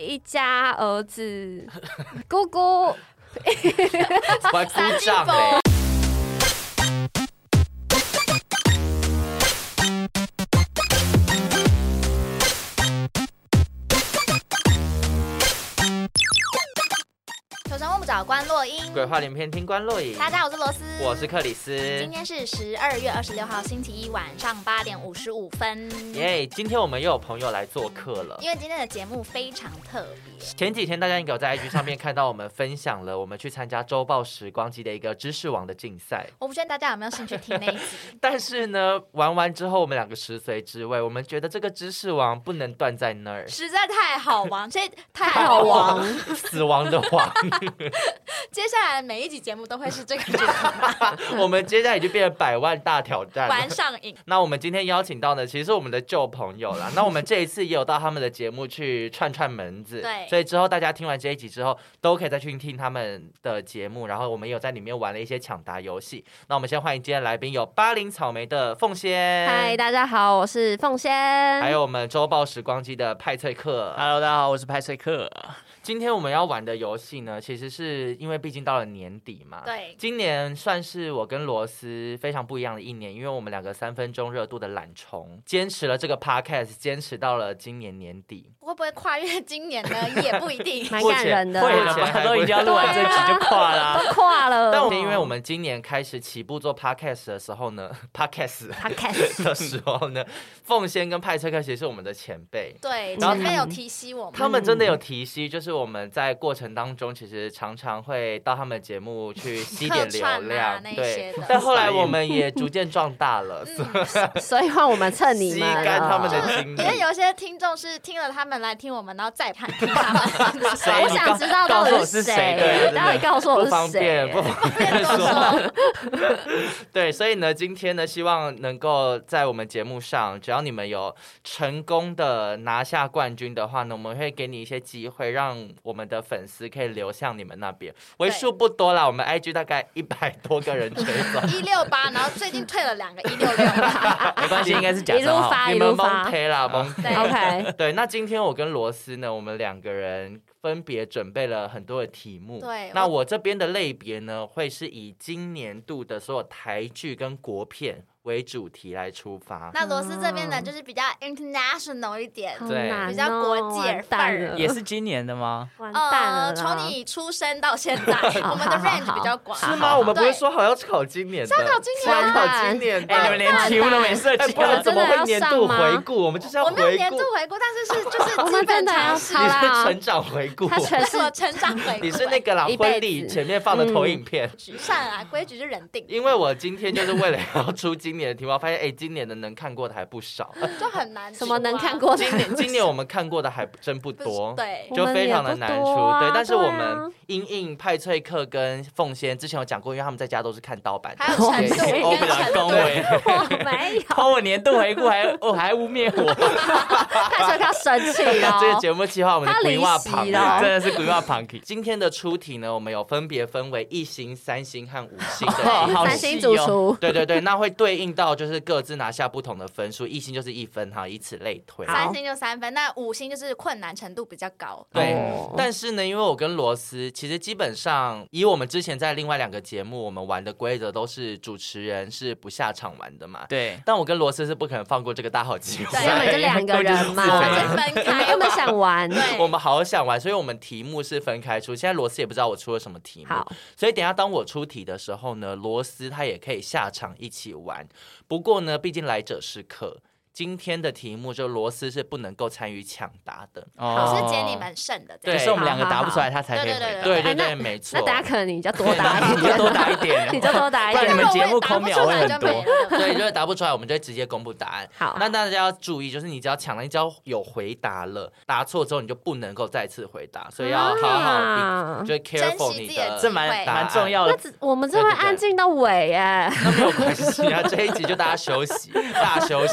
一家儿子，姑姑，我还鼓掌嘞。 求神问不着关落音， 鬼话连篇听关落影。 大家好，我是罗斯， 我是克里斯。 今天是12月26号星期一晚上8点55分。 耶！今天我们又有朋友来做客了， 因为今天的节目非常特别。 前几天大家应该有在 IG 上面看到我们分享了我们去参加周报时光机的一个知识王的竞赛。 我不确定大家有没有兴趣听那一集。 但是呢，玩完之后我们两个食髓知味，我们觉得这个知识王不能断在那儿， 实在太好玩，所以太好玩， 死亡的王。 接下来每一集节目都会是这个主题。 我们接下来已经变成100万大挑战了， 玩上瘾。 那我们今天邀请到的其实是我们的旧朋友啦。那我们这一次也有到他们的节目去串串门子， 对， 所以之后大家听完这一集之后，都可以再去听他们的节目。然后我们也有在里面玩了一些抢答游戏。那我们先欢迎今天来宾有巴林草莓的凤仙， 嗨，大家好，我是凤仙， 还有我们周报时光机的派翠克。 Hello， 大家好，我是派翠克。 今天我们要玩的游戏呢，其实是因为毕竟到了年底嘛， 对， 今年算是我跟罗斯非常不一样的一年，因为我们两个3分钟热度的懒虫，坚持了这个 podcast， 坚持到了今年年底。 会不会跨越今年呢？也不一定， 蛮感人的、啊。 会了吧？都已经要录完这集就跨了、 都跨了。 但因为我们今年开始起步做 podcast 的时候呢，podcast 的时候呢，凤仙跟派翠克其实是我们的前辈， 对， 然后前面有提携我们， 他们真的有提携，就是我们在过程当中其实常常会到他们的节目去吸点流量，对。但后来我们也逐渐壮大了， 所以换我们蹭你们了， 吸干他们的精力。 因为有些听众是听了他们来听我们，然后再听他们。 我想知道到底是谁，到底告诉我是谁？ 不方便说。对，所以呢，今天呢，希望能够在我们节目上，只要你们有成功的拿下冠军的话呢，我们会给你一些机会，让我们的粉丝可以流向你们那边。为数不多啦，我们 IG 大概100多个人追踪 168，然后最近退了2个166， 没关系，应该是假账号。 你们蒙推啦，蒙推。 OK， 对，那今天我跟罗斯呢，我们2个人分别准备了很多的题目。 对， 那我这边的类别呢，会是以今年度的所有台剧跟国片为主题来出发。 那罗斯这边呢，就是比较 international 一点， 对， 比较国际范儿。 也是今年的吗？ 完蛋了！ 从你出生到现在，我们的 range 比较广。 是吗？我们不是说好要考今年的？ 是要考今年， 要考今年的。 你们连题目都没设计， 不然怎么会年度回顾？我们就是要回顾。 我们有年度回顾，但是就是基本常识。 你是成长回顾， 他全是成长回顾。 你是那个啦，婚礼前面放的投影片。 算了，规矩是人定。 因为我今天就是为了要出今年的题目，发现今年的能看过的还不少， 就很难。 什么能看过的？ 今年我们看过的还真不多， 对， 就非常的难出。对，但是我们因应派翠克跟凤仙之前有讲过，因为他们在家都是看盗版， 还有程度我比较恭维， 我没有。 偷我年度回顾还污蔑我， 派翠克生气了。 这个节目计划我们的规划旁， 真的是规划旁。 今天的出题呢，我们有分别分为1星、3星和5星的 3星主厨。 对对对，那会对应到就是各自拿下不同的分数，1星就是1分哈，以此类推。 3星就3分，那5星就是困难程度比较高。 对，但是呢，因为我跟罗斯其实基本上以我们之前在另外2个节目我们玩的规则都是主持人是不下场玩的嘛。 对。 但我跟罗斯是不可能放过这个大好机会。 对，我们就2个人嘛， 分开。 我们想玩， 我们好想玩，所以我们题目是分开出。现在罗斯也不知道我出了什么题目， 好， 所以等一下当我出题的时候呢，罗斯他也可以下场一起玩。不过呢，毕竟来者是客。今天的题目就罗斯是不能够参与抢答的， 我是接你们胜的， 对， 是我们2个答不出来，他才可以回答。 对对对，没错。 那大家可能你就多答一点， 你就多答一点， 你就多答一点， 不然你们节目空秒会很多。 对，如果答不出来，我们就会直接公布答案。 好， 那大家要注意，就是你只要抢了，你只要有回答了，答错之后你就不能够再次回答，所以要好好就 careful 你的， 这蛮重要的。 我们这会安静到尾耶， 那没有关系啊，这一集就大家休息，大休息， 年末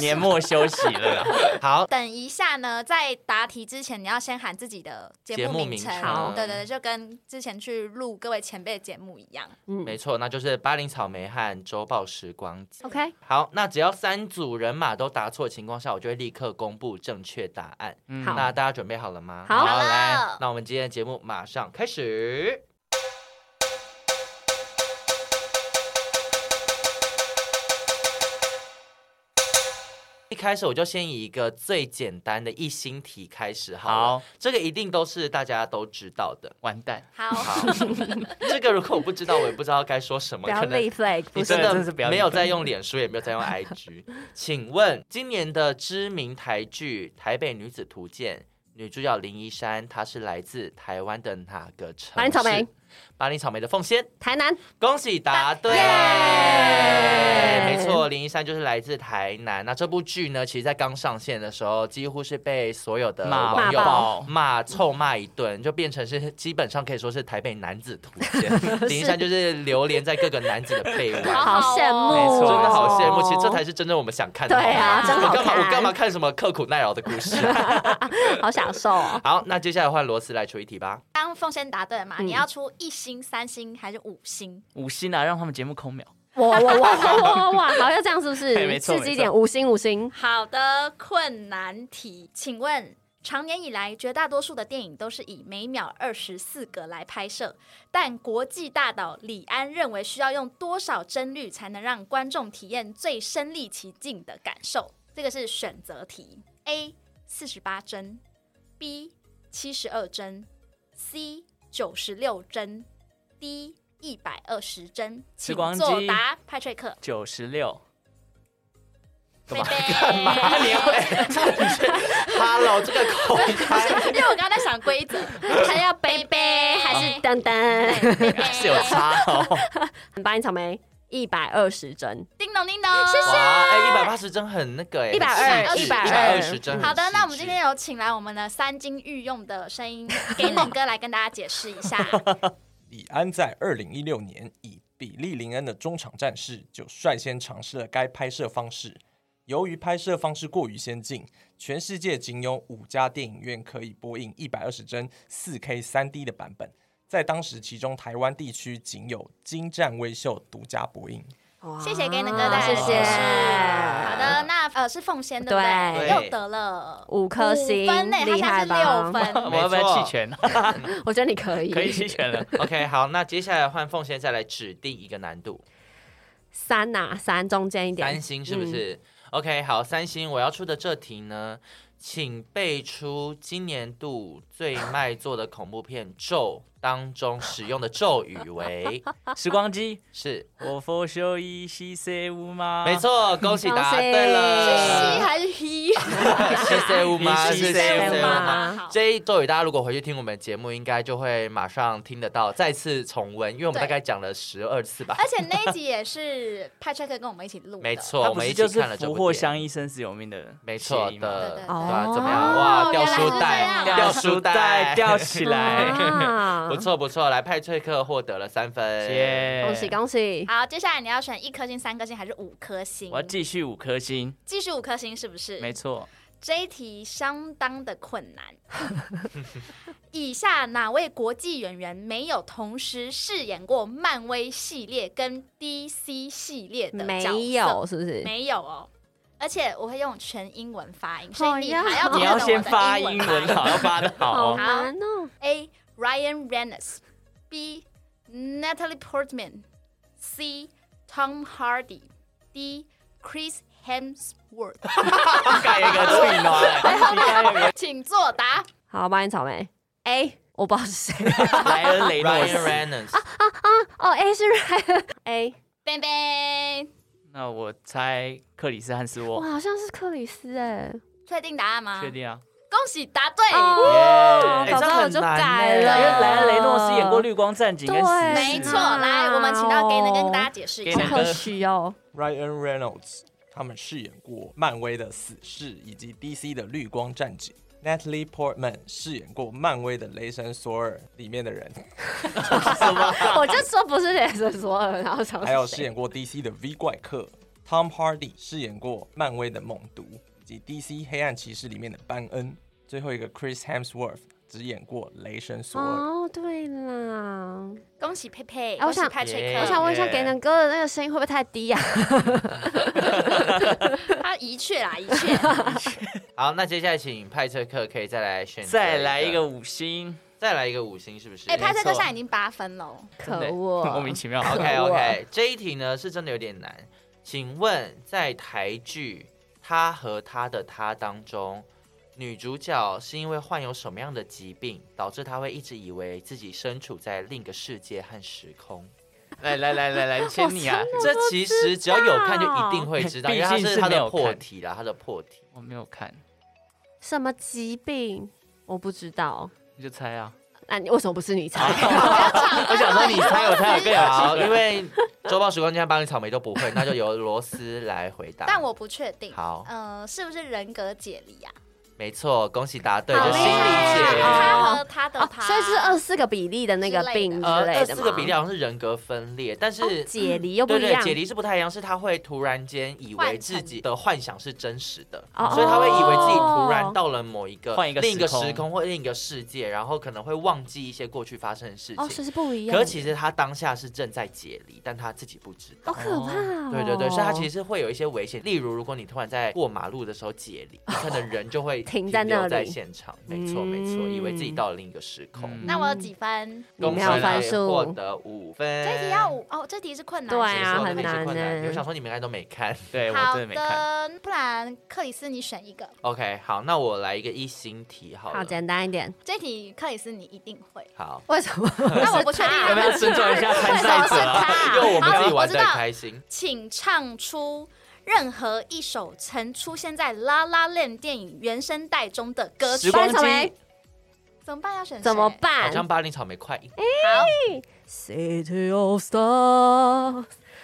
休息了啦。 好， 等一下呢，在答题之前，你要先喊自己的节目名称。 好， 对对对，就跟之前去录各位前辈的节目一样。 没错，那就是巴林草莓和周报时光机。 OK， 好，那只要3组人马都答错的情况下，我就会立刻公布正确答案。 好， 那大家准备好了吗？ 好来，那我们今天的节目马上开始。一开始我就先以一个最简单的一星题开始好了，这个一定都是大家都知道的。 完蛋， 好， 这个如果我不知道，我也不知道该说什么。 不要立 flag， 你真的没有在用脸书，也没有在用 IG。请问今年的知名台剧《台北女子图鉴》女主角林依珊，她是来自台湾的哪个城市？ 巴林草莓。 巴林草莓的凤仙， 台南， 恭喜答对，没错，林依珊就是来自台南。那这部剧呢，其实在刚上线的时候，几乎是被所有的网友臭骂一顿，就变成是基本上可以说是台北男子图鉴。林依珊就是流连在各个男子的背外， 好羡慕， 真的好羡慕。其实这才是真正我们想看的。 对啊，真好看。 我干嘛看什么刻苦耐劳的故事？ 好享受哦。 好，那接下来换罗斯来出一题吧。 刚凤仙答对了嘛？你要出1星、3星还是5星 ？5星啊，让他们节目空秒。 哇，好像这样是不是？ 没错， 刺激一点，5星。 好的，困难题，请问长年以来，绝大多数的电影都是以每秒24格来拍摄，但国际大导李安认为需要用多少帧率才能让观众体验最身临其境的感受？这个是选择题 ：A 48帧 ，B 72帧 ，C 96帧 ，D 120帧。请作答，派翠克。 96。 干嘛？你要？Hello， 这个口开， 因为我刚刚在想规则，他要杯杯还是噔噔？ 是有差哦。 巴林草莓120帧， 叮咚叮咚， 谢谢。 180帧很那个 120 帧。 好的，那我们今天有请来我们的3金御用的声音给冷哥来跟大家解释一下。 李安在2016年以比利林恩的中场战事就率先尝试了该拍摄方式。由于拍摄方式过于先进，全世界仅有5家电影院可以播映120帧 4K 3D 的版本，在当时其中台湾地区仅有精湛微秀独家播映。 谢谢给冷哥的解释。好的，那是凤仙对不对？又得了 5颗星， 厉害吧？6分， 我要不要弃权？ 我觉得你可以， 可以弃权了。 OK， 好，那接下来换凤仙再来指定一个难度。 3啊，3中间一点 ，3星是不是？OK， 好，3星我要出的这题呢，请背出今年度最卖座的恐怖片《咒》当中使用的咒语为时光机， 是我佛修一西塞乌吗？ 没错，恭喜答对了。 是西还是 he？ 西塞乌吗？ 西塞乌吗？这一咒语大家如果回去听我们节目，应该就会马上听得到，再次重温，因为我们大概讲了12次吧。 而且那一集也是派翠克跟我们一起录的。 没错，我们一起看了这部电影。 福祸相依，生死有命的， 没错的。 对吧？怎么样？哇，掉书袋，掉书袋， 掉起来。 不错不错，来派翠克获得了3分， 恭喜恭喜！ 好，接下来你要选1颗星、3颗星还是5颗星？ 我要继续5颗星， 继续5颗星是不是？ 没错。 这一题相当的困难。以下哪位国际演员没有同时饰演过漫威系列跟 DC 系列的角色？ 没有，是不是？ 没有哦。而且我会用全英文发音，所以你还要你要先发英文，好，要发的好。 好难哦。 A. Ryan Reynolds B. Natalie Portman C. Tom Hardy D. Chris Hemsworth 盖一个最暖， 请作答。 好，巴林草莓 A， 我不知道是谁。 莱恩雷诺斯 Ryan Reynolds A 是 Ryan A。 拜拜。 那我猜克里斯汉斯沃。 哇，好像是克里斯哎。 确定答案吗？ 确定啊。 恭喜答对！ 早知道我就改了。 因为莱恩雷诺斯演过《绿光战警》跟《死没错，来，我们请到给能跟大家解释一下。 可惜哦。 Ryan Reynolds 他们饰演过漫威的《死侍》以及 DC 的《绿光战警》。Natalie Portman 饰演过漫威的《雷神索尔》里面的人。 什么？我就说不是雷神索尔，然后想还有饰演过 DC 的 V 怪客。Tom Hardy 饰演过漫威的猛毒。 以及 DC 黑暗骑士里面的班恩。最后一个 Chris Hemsworth 只演过雷神索尔。 哦，对啦， 恭喜佩佩， 我想恭喜派翠克。 我想问一下，给能哥的那个声音会不会太低啊？ 他一确啦，一确。 好，那接下来请派翠克可以再来选择， 再来一个5星， 再来一个5星，是不是？ 派翠克现在已经8分了。 可莫恶， 名其妙。 OK， 这一题呢是真的有点难。请问在台剧《他和他的他》当中，女主角是因为患有什么样的疾病，导致她会一直以为自己身处在另一个世界和时空？ 来，签你啊！ 这其实只要有看就一定会知道，因为它毕竟是它的没有看破题啦，它的破题。 我没有看， 什么疾病？我不知道。 你就猜啊！ 那你为什么不是你猜？ 我想说你猜，我猜有更有好， 机会。 因为周报时光机和巴黎草莓都不会，那就由罗斯来回答。 但我不确定。 好， 是不是人格解离啊？ 没错，恭喜答对， 好就心理解他和他的哦， 他， 所以是24个比例的那个病之类的吗？ 24个比例好像是人格分裂，但是、 哦解离又不对对， 一样。 解离是不太一样，是他会突然间以为自己的幻想是真实的， 哦所以他会以为自己突然到了某一个换一个另一个时空时空或另一个世界，然后可能会忘记一些过去发生的事情。 哦，所以是不一样的。 可是其实他当下是正在解离，但他自己不知道。 好可怕哦！ 对对对，所以他其实是会有一些危险，例如如果你突然在过马路的时候解离，你可能人就会停在那里留在现场，没错没错，以为自己到了另一个时空。 那我有几分？ 恭喜你没有分你数获得5分。 这题要5哦，这题是困难。 对啊没错很难这题是困难呢我想说你们应该都没看。 对我好真的没看。 的，不然克里斯你选一个。 OK， 好，那我来一个1星题好了。 好简单一点。 这题克里斯你一定会， 好， 为什么？ 但我不确定。 要不要尊重一下参赛者啊？ 因为我们自己玩的好我知道开心。 请唱出任何一首曾出现在《La La Land》电影原声带中的歌曲时。光班草莓机， 怎么办？要选谁怎么？ 好办像巴黎草莓快赢。 好， ？City of Stars，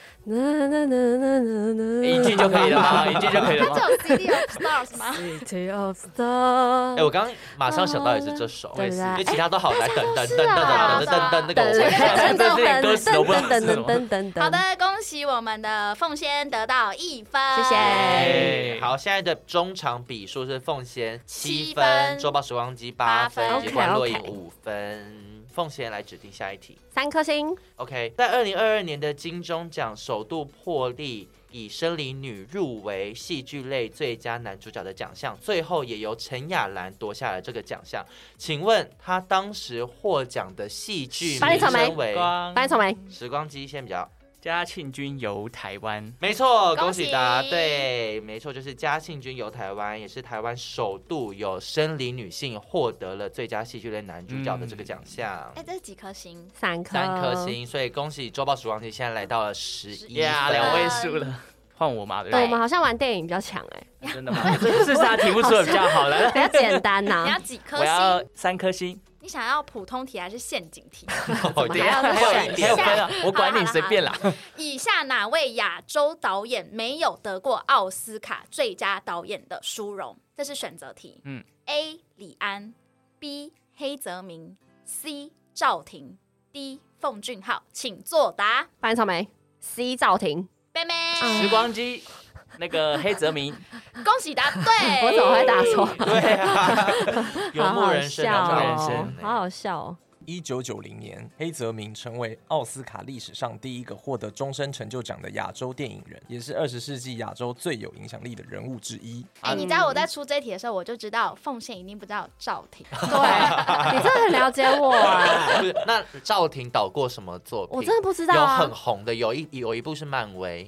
一句就可以了吗？一句就可以了吗？ 它只有 CD of Stars 吗？ City of Stars。 哎，我刚刚马上想到也是这首， 对不对因为其他都好难，等等等等啊等等等那个我等会唱。 这些歌词都不知道是什么噔好的，恭喜我们的凤仙得到1分， 谢谢哎好，现在的中场比数是凤仙7 7 分， 分周报时光机8分，以及 OK，OK 关若颖5分。凤仙来指定下一题。 3颗星。 OK， 在2022年的金钟奖首度破例，以生理女入围戏剧类最佳男主角的奖项，最后也由陈雅兰夺下了这个奖项。请问她当时获奖的戏剧名巴黎草莓称为？ 班草莓。 时光机先比较。 嘉庆君游台湾， 没错，恭恭喜喜答对，没错，就是嘉庆君游台湾，也是台湾首度有生理女性获得了最佳戏剧类男主角的这个奖项。 哎，这是几颗星？ 3颗。 3颗星，所以恭喜周报时光机现在来到了11 呀， 分， 2位数了，换我嘛，对不对，我对？ 们好像玩电影比较强哎， 真的吗？这是他题目出的比较好了。 比较简单你呐要。几颗我要星？ 3颗星。 你想要普通题还是陷阱题？ 哦怎么还要再还有选还有分啊，我管你随便啦。 以下哪位亚洲导演没有得过奥斯卡最佳导演的殊荣？这是选择题。A. 李安 B. 黑泽明 C. 赵婷 D. 奉俊昊，请作答。 班草莓。C 赵婷。 妹妹， 时光机，那个黑泽明， 恭喜答对。 我怎么会打错？ 对啊，游牧人生， 好好笑游牧人哦生， 好好笑哦。 1990年，黑泽明成为奥斯卡历史上第一个获得终身成就奖的亚洲电影人，也是20世纪亚洲最有影响力的人物之一。 哎，你知道我在出这题的时候，我就知道凤仙一定不知道赵婷。 对，你真的很了解我啊！ 不是那赵婷导过什么作品？ 我真的不知道有啊很红的，有一部是漫威，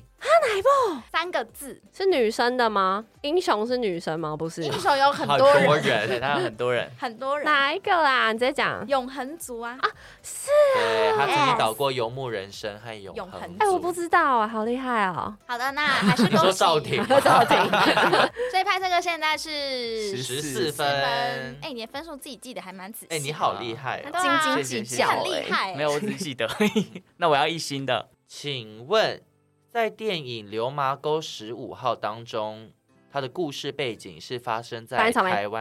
3个字， 是女生的吗？英雄是女生吗？不是。 英雄有很很多多人， 人， 对他有很多人。 很多人。 哪一个啦？你直接讲。 永恒族啊， 对他曾经 Yes 导过《游牧人生》和《永恒族》。 永恒哎，我不知道啊，好厉害哦！ 好的，那还是你说恭喜赵婷吗， 赵婷。 所以拍这个现在是 14 4 分。 哎，你的分数自己记得还蛮仔细。 哎，你好厉害哦！ 对啊斤斤计较很厉害。 没有，我只记得。那我要1星的。 请问，在电影《流麻沟15号》当中，它的故事背景是发生在白草莓台湾？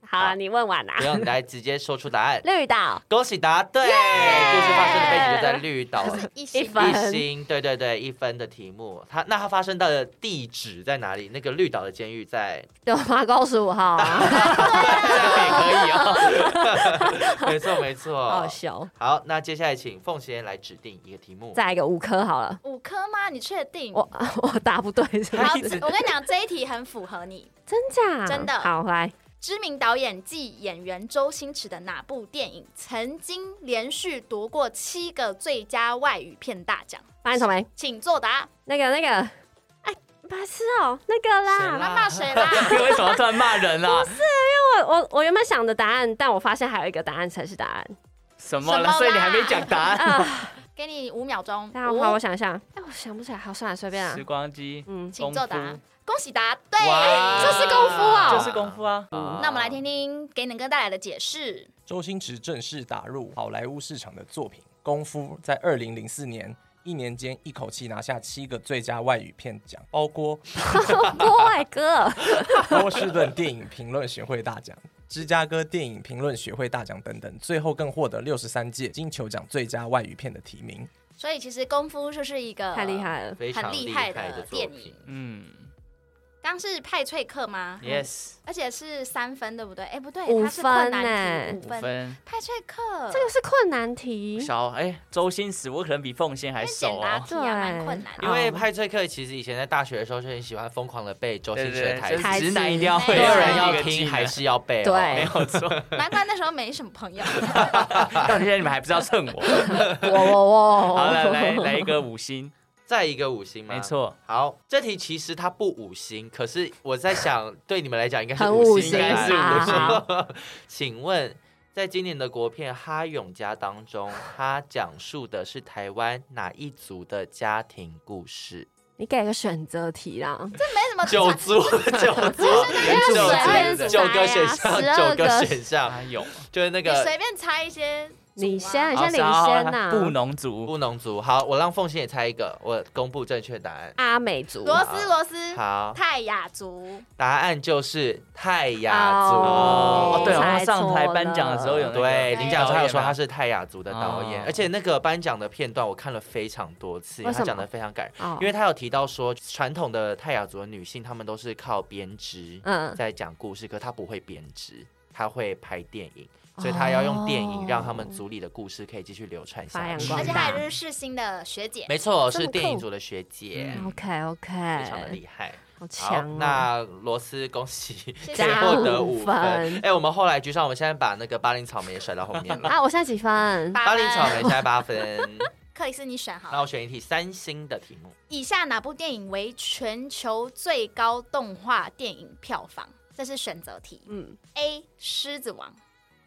好了，你问完啦不。用，你来直接说出答案。 绿岛恭喜答对，故事发生的背景就在绿岛。 一星 1分 1星，对对对，1分的题目。它发生的地址在哪里？那个绿岛的监狱在有吗？高15号啊， 这样也可以哦。 没错没错。 好笑。 好，那接下来请凤仙来指定一个题目。 再来一个5颗好了， 5颗吗？你确定？ 我答不对是好， 吧？ 我跟你讲，这一题很符合你。 真假？ 真的好来， 知名导演暨演员周星驰的哪部电影曾经连续夺过7个最佳外语片大奖？ 发现什么？ 请作答。 那个，哎，白痴哦，那个啦。 那骂谁啦？ 你为什么突然骂人啊？ 我原本想的答案，但我发现还有一个答案才是答案。 什么了？ 什么啦所以你还没讲答案？ 啊， 给你5秒钟。 等一下好，我想一下。哎，我想不起来，好，算了，随便啊时。光机， 请作答功夫。 恭喜答对。 哇这是功夫啊就是功夫啊。 那我们来听听给能哥带来的解释。 周星驰正式打入好莱坞市场的作品《功夫》，在2004年1年间一口气拿下7个最佳外语片奖，包括郭外哥， 波士顿电影评论学会大奖、芝加哥电影评论学会大奖等等，最后更获得63届金球奖最佳外语片的提名。 所以其实功夫就是一个太厉害了。 非常很厉害的的作品电影。 嗯刚是派翠克吗？ ，yes， 而且是3分，对不对？哎，不对， 5 它是困难分题，5 5 分。 分。 派翠克这个是困难题。 周星驰我可能比凤仙还因为熟哦。 简答题啊，蛮困难的。 因为派翠克其实以前在大学的时候就很喜欢疯狂的背周星驰的台词， 台词直男一定要会， 没有人对要听还是要背哦。 对没有错。 难怪那时候没什么朋友。 到现在你们还不知道蹭我。 我好了，来一个5星， 再一个5星吗？ 没。错。 好，这题其实它不5星，可是我在想，对你们来讲应该是很 5 5 星， 星应该是啊 5星。请问，在今年的国片《哈勇家》当中，它讲述的是台湾哪一族的家庭故事？ 你给个选择题啦， 没什么九族，九族， 随便 9个选项，9个选项， 他有就是那个你随便猜一些。 你先，你好先领先呐。 布农族， 布农族。好，我让凤仙也猜一个，我公布正确答案。 阿美族， 罗斯， 好， 泰雅族。 答案就是泰雅族。 哦对， 猜我上台错颁奖的时候有了那个对，林讲他有说他是是泰雅族的导演， 哦而且那个颁奖的片段我看了非常多次， 为什么他讲的非常感人， 哦因为他有提到说传统的泰雅族的女性，她们都是靠编织在讲故事，可她不会编织，她会拍电影。所以他要用电影让他们族里的故事可以继续流传下去。 发扬光而且还有就是世新的学姐。 没错， 这么是电影酷组的学姐， OK， 非常的厉害。 好好强哦。 那罗斯恭喜谢可以获得 5 5分分。 哎，我们后来居上，我们现在把那个巴林草莓也甩到后面了。 啊，我现在几分？ 8 巴林草莓现在8分。 克里斯，你选好那我选一题3星的题目。 以下哪部电影为全球最高动画电影票房？这是选择题。A. 狮子王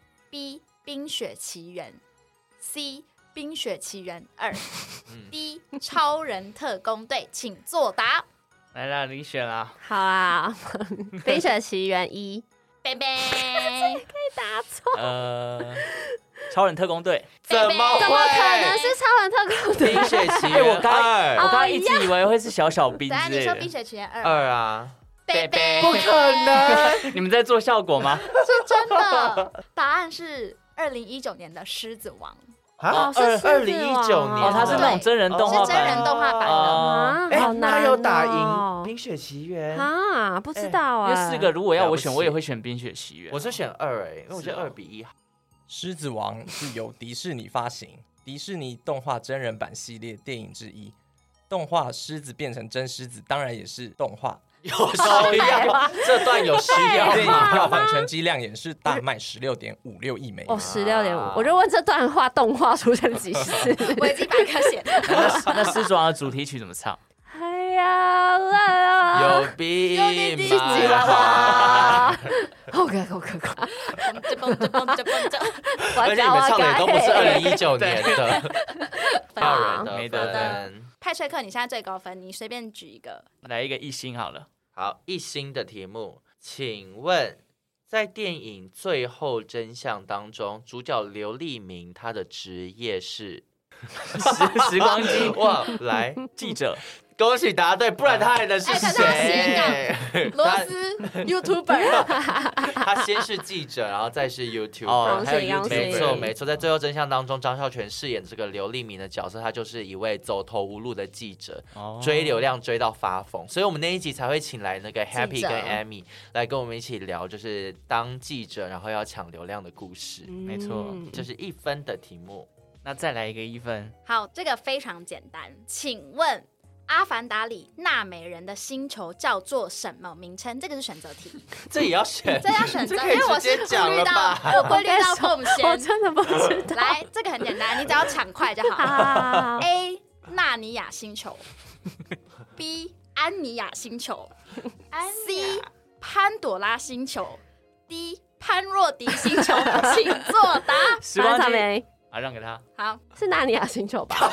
B. 冰雪奇缘 C. 冰雪奇缘2 D. 超人特工队，请作答。 来啦，你选啦。 好啊，《冰雪奇缘1》 贝贝， 答错， 超人特工队。 怎么会？ 怎么可能是超人特工队？ 冰雪奇缘我刚 2 刚一直以为会是小小兵等下之类的你说冰。雪奇缘2， 2啊？ 贝贝不可能！ 你们在做效果吗？ 是真的。答案是2019年的《狮子王啊， 是狮子王 2019年哦，它是那种真人动》，画版。 是真人动画版的。 啊， 哎好难他有打赢哦 《冰雪奇缘》。 啊，不知道因啊。 为4个如果要我选， 了不起我也会选《冰雪奇缘》。 我是选2哎，因为我觉得是哦 2比1好。 狮子王是由迪士尼发行，迪士尼动画真人版系列电影之一。动画狮子变成真狮子，当然也是动画。 有需要？这段有需要电影吗？ 票房成绩亮眼是大卖16.56亿美元。 哦，16.5，我就问这段话动画出现几次？ 维基百科写的。 那狮子王的主题曲怎么唱？ 哎呀，来啊！ 有比有吉娃娃，好可好可可， 蹦着蹦着蹦着， 而且你们唱的也都不是2019年的， 分没有人的没得分。 派翠克，你现在最高分，你随便举一个。 来一个1星好了。 好，1星的题目，请问在电影《最后真相》当中，主角刘立明他的职业是？ 时光机哇，来， 记者。 恭喜答对，不然他还能是谁？ 罗斯 YouTuber， 他先是记者，然后再是 YouTuber， 哦，还有恭喜 YouTube， 没错没错，在最后真相当中，张孝全饰演这个刘立明的角色，他就是一位走投无路的记者，追流量追到发疯，所以我们那一集才会请来那个 Happy 跟 Amy 来跟我们一起聊，就是当记者然后要抢流量的故事。 没错， 这是1分的题目。 那再来一个1分。 好，这个非常简单，请问《阿凡达》里纳美人的星球叫做什么名称？这个是选择题， 这也要选， 这要选择，因这可以为我是顾直接讲虑到了吧？ 我顾虑到凤我仙。 真的不知道。 来，这个很简单，你只要抢快就好。 好 A. 纳尼亚星球 B. 安尼亚星球 C. 潘朵拉星球 D. 潘若迪星球，请作答。 时光机马上没啊，让给他。 好， 是纳尼亚星球吧？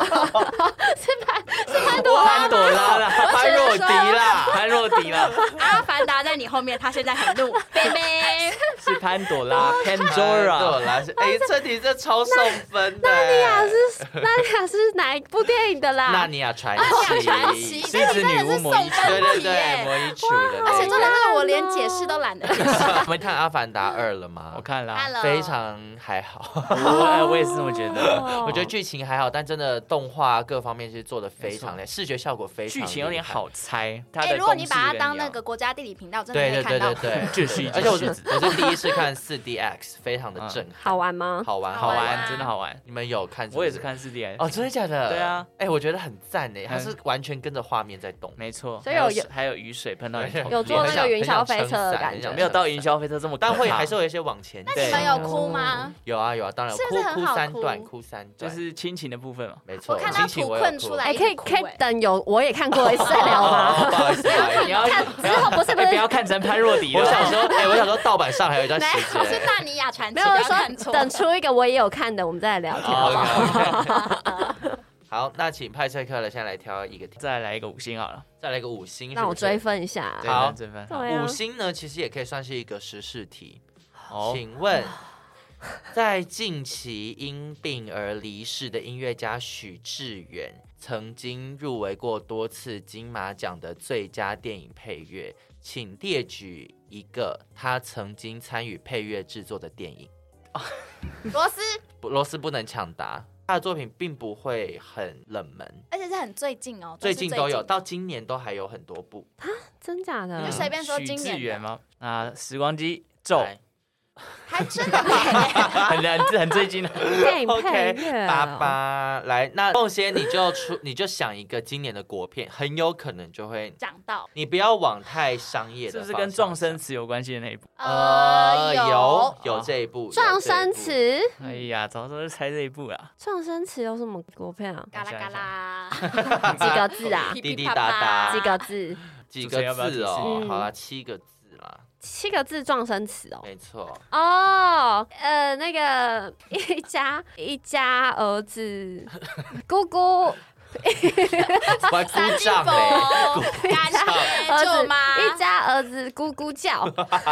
潘朵拉啦， 潘若迪啦， 潘若迪啦， 阿凡达在你后面，他现在很怒，贝贝。 是潘朵拉潘朵 Pandora。 拉是，这题这超送分的。 纳尼亚是哪一部电影的啦？ 纳尼亚传传奇， 奇， 狮子女巫魔衣对对对，魔衣橱的那个。 而且重点是我连解释都懒得解释。 我们看《阿凡达2》了吗？ 我看了， 看了， 非常还好， 我也是这么觉得。 我觉得剧情还好，但真的动画各方面是做的非常厉害，视觉效果非常厉害。 剧情有点好猜，它的如果你把它公式当那个国家地理频道，真的对可以看到。 对， 就是一而且我是第一次看4DX，非常的震撼， 好玩吗？ 好玩好玩玩，真的好玩。 你们有看？ 我也是看4D。 哦，真的假的？ 对啊， 我觉得很赞诶，它是完全跟着画面在动。 没错， 所以还有雨水喷到你头， 有做那个云霄飞车的感觉， 没有到云霄飞车这么可怕， 但还是有一些往前。 那你们有哭吗？ 有啊，当然是不是很好哭？ 哭3段， 就是亲情的部分嘛。 没错， 我看到图困出来， 可以等我也看过一次再聊吗？ 不好意思， 你要看之后不是不要看成潘若迪。 我想说盗版上还有一段时间。 是纳尼亚传奇， 没有说等出一个我也有看的，我们再来聊天好不好？ 好，那请派翠克了，现在来挑一个题， 再来一个5星好了， 再来一个5星， 让我追分一下。 好， 追分。 5星呢，其实也可以算是一个时事题。请问，在近期因病而离世的音乐家许志远，曾经入围过多次金马奖的最佳电影配乐，请列举一个他曾经参与配乐制作的电影。罗斯不能抢答。他的作品并不会很冷门， 而且是很最近哦， 最近都有，到今年都还有很多部。 真假的？ 你就随便说今年。 许志远吗？时光机咒， 还真的很最近的电影配乐。 爸爸来，那凤仙你就想一个今年的国片，很有可能就会讲到。 你不要往太商业的， 是不是跟撞生词有关系的那一部？ 有这一部撞生词。 哎呀，早就猜这一部啊！ 撞生词有什么国片啊？ 嘎啦嘎啦， 几个字啊？ 滴滴答答， 几个字？ 几个字哦？好啦，7个字啦。 7个字撞生词哦。 没错。 哦，那个一家儿子，姑姑。 我鼓掌嘞！ 一家儿子咕咕叫。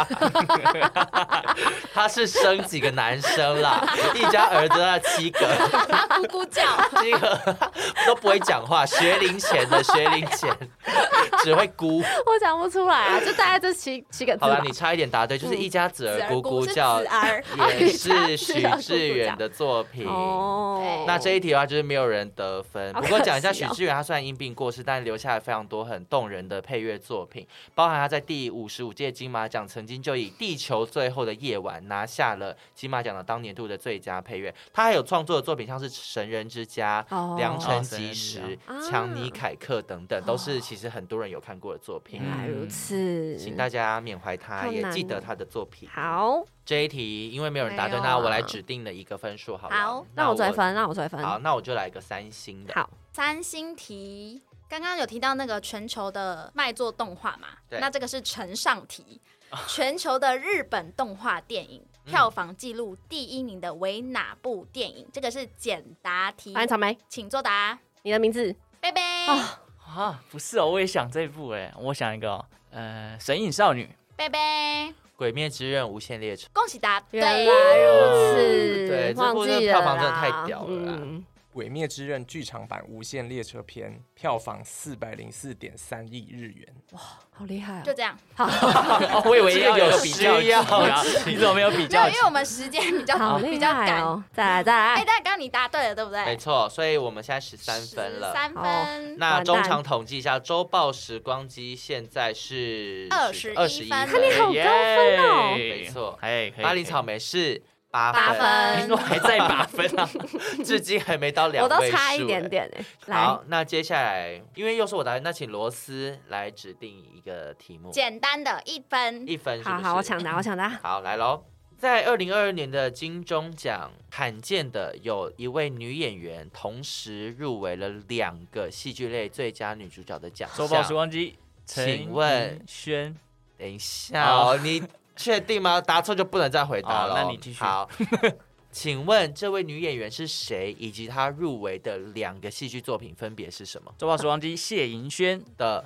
他是生几个男生啦？一家儿子那7个， 咕咕叫 7个都不会讲话，学龄前只会咕。 我讲不出来啊，就大概这7个字。 好了，你差一点答对，就是一家子儿咕咕叫，也是许志远的作品。 哦， 那这一题的话，就是没有人得分。不过讲一下许志远，他虽然因病过世，但留下了非常多很动人的配乐作品，包含他在第55届金马奖曾经就以《地球最后的夜晚》拿下了金马奖的当年度的最佳配乐。他还有创作的作品像是《神人之家》、良辰吉时、强尼凯克等等，都是其实很多人有看过的作品。 原来如此， 请大家缅怀他，也记得他的作品。 好， 这一题因为没有人答对，那我来指定了一个分数好了。 好， 让我追分。 好，那我就来一个3星的。 好 ，3星题。刚刚有提到那个全球的卖座动画嘛？那这个是呈上题。全球的日本动画电影票房纪录第1名的为哪部电影？这个是简答题。 欢迎草莓， 请作答。 你的名字？ 贝贝。 不是哦，我也想这一部我想一个神隐少女。 贝贝。 鬼灭之刃无限列车。 恭喜答对。 原来如此， 对，这部的票房真的太屌了啦。 鬼灭之刃》剧场版《无限列车篇》票房404.3亿日元。 好厉害就这样。 我以为要有比较需要啊，你怎么没有比没有， 较因？为我们时间比较好厉害赶。 哦！再来， 哎，但刚刚你答对了，对不对？ 没错，所以我们现在13分了。 13分。 那中场统计一下，周报时光机现在是 21分看你好高分哦没错， 哎， 巴黎草莓是8 8分你怎么还在8分啊？ 至今还没到2位数， 我都差一点点哎。来， 好，那接下来因为又是我答，那请罗斯来指定一个题目， 简单的1分。 1分是不是？ 好好，我抢答，我抢答。 好，来喽。在2022年的金钟奖，罕见的有一位女演员同时入围了2个戏剧类最佳女主角的奖项。 周报时光机， 请问轩， 等一下哦，你确定吗？答错就不能再回答了。 那你继续。 好，请问这位女演员是谁，以及她入围的2个戏剧作品分别是什么？ 周报时光机，谢盈萱的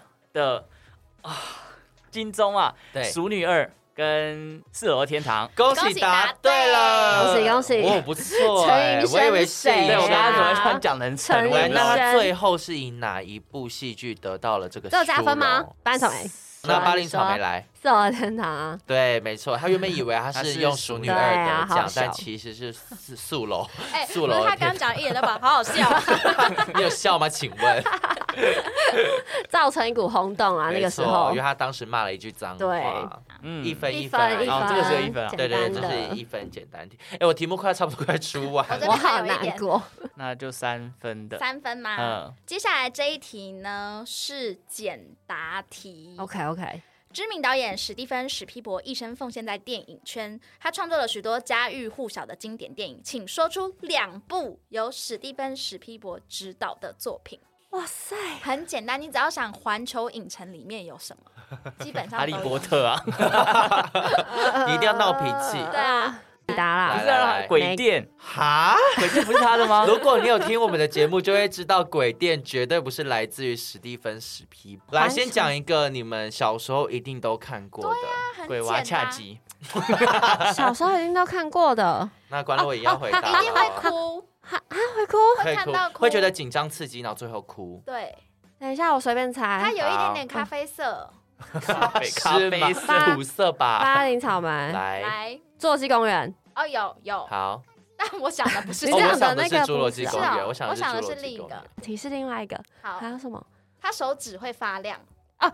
金钟啊， 对， 熟女2跟4楼天堂。 恭喜答对了， 恭喜恭喜哦，不错陈哎， 云我以为轩谁是对，我刚刚怎么啊突然讲成陈陈云那文了？ 她最后是以哪一部戏剧得到了这个？ 这有加分吗？巴黎草莓， 那巴黎草莓来。 4楼天堂啊。 对，没错，他原本以为他是用熟女2 对啊得奖， 好笑但其实是素楼。 哎， 素楼不是他刚刚讲一点都吧，好好笑。 你有笑吗？请问？ 造成一股轰动啊！那个时候没错因为，他当时骂了一句脏话。 对 1分 1 1分而已， 哦这个是1分啊对对对，这简单的是1分简单题。哎，我题目差不多快出完了。 我这边我好还有一点难过。 那就3分的。 3分吗？ 嗯， 接下来这一题呢是简答题。 OK， 知名导演史蒂芬·史皮伯一生奉献在电影圈，他创作了许多家喻户晓的经典电影，请说出2部由史蒂芬·史皮伯执导的作品。 哇塞， 很简单，你只要想环球影城里面有什么，基本上哈利波特啊， 你一定要闹脾气。 对啊， 你答啦来不是啊，鬼店， 哈， 鬼店不是他的吗？ 如果你有听我们的节目，就会知道鬼店绝对不是来自于史蒂芬·史皮伯。来，先讲一个你们小时候一定都看过的。 很鬼娃简单恰吉， 小时候一定都看过的， 那关洛也要回答一定会哦， 哭， 会哭。 会看到哭会觉得紧张刺激，然后最后哭。 对， 等一下，我随便猜。 它有一点点咖啡色。 咖啡是吗？ 色， 吧苦涩吧？ 巴黎草莓， 来， 来， 侏罗纪公园。 哦，有， 好， 但我想的不是你哦这样这样的我想的是那个侏罗纪不是公园， 哦我想的是侏我想的罗纪公园是另一个。 提示另外一个， 好还，有什么他手指会发亮， 啊？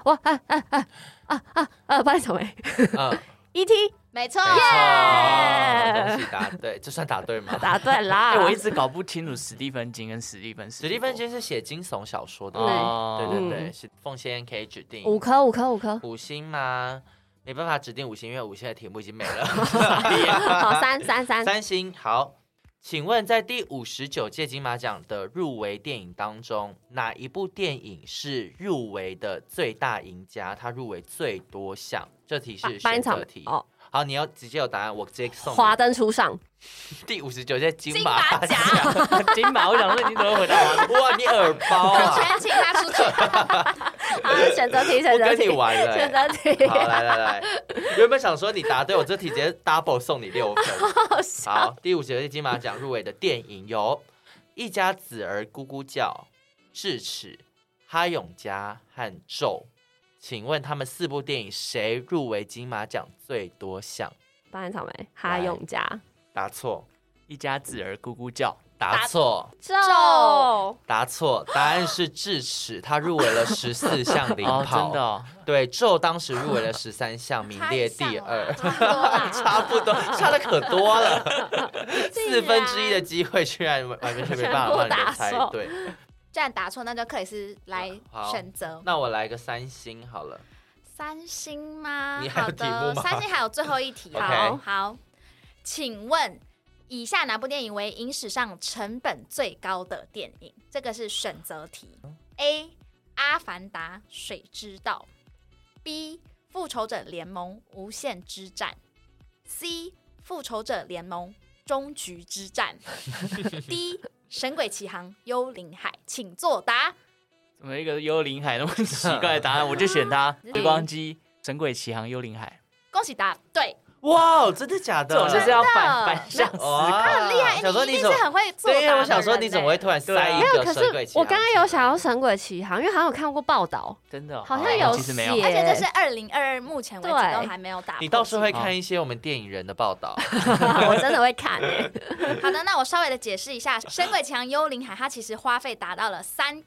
巴黎草莓嗯， ，E.T. 没错， 没错， 耶恭喜答对，这算答对吗？ 答对啦！ 哎，我一直搞不清楚史蒂芬金跟史蒂芬史蒂芬金是写惊悚小说的， 哦对对对， 嗯是凤仙可以指定 5颗 5星吗？没办法指定5星，因为5星的题目已经没了。 好3 3星，好。请问在第59届金马奖的入围电影当中，哪一部电影是入围的最大赢家？它入围最多项。这题是巴黎草莓选择题。 哦， 好，你要直接有答案，我直接送你。 华灯初上， 第59届金金马马奖， 金马，我想说你怎么回答完？ 哇，你耳包啊！ 全请他出去。 好，选择题，选择题我跟你，玩了、 选欸。 择题， 好，来，原本想说你答对，我这题直接 double 送你6分。 好笑。 好，第59届金马奖入围的电影有《一家子儿咕咕叫》、《智齿》、《哈永家》和《咒》。请问他们4部电影谁入围金马奖最多项？ 巴黎草莓，哈永家， 答错， 一家子儿咕咕叫， 答错， 咒， 答错，答案是智齿，他入围了14项领哦， 跑。 真的哦， 对，咒当时入围了13项，名列第2。 差不多啦差不多，差的可多了，1/4的机会居然完全没办法让你们猜对。 既然答错，那就克里斯来好选择那我来个3星好了。 3星吗？ 你还有好题目吗的，3星还有最后一题。 OK 好，请问以下哪部电影为影史上成本最高的电影？这个是选择题。A. 阿凡达水之道 B. 复仇者联盟无限之战 C. 复仇者联盟终局之战 D. 神鬼奇航幽灵海，请作答。 怎么一个幽灵海那么奇怪的答案？我就选它，时光机、神鬼奇航、幽灵海。 恭喜答对， 哇，真的假的？ 这种就是要反向思哇考。 很厉害，你一定是很会作答的人。 对，因为我想说你怎么会突然塞一没有，可个神鬼奇航？ 是我刚刚有想要神鬼奇航，因为好像有看过报道， 真的好像有其实没有写， 而且这是2022，目前为止对都还没有打破。 你倒是会看一些我们电影人的报道。 我真的会看好的，那我稍微的解释一下，《神鬼奇航：幽灵海》它其实花费达到了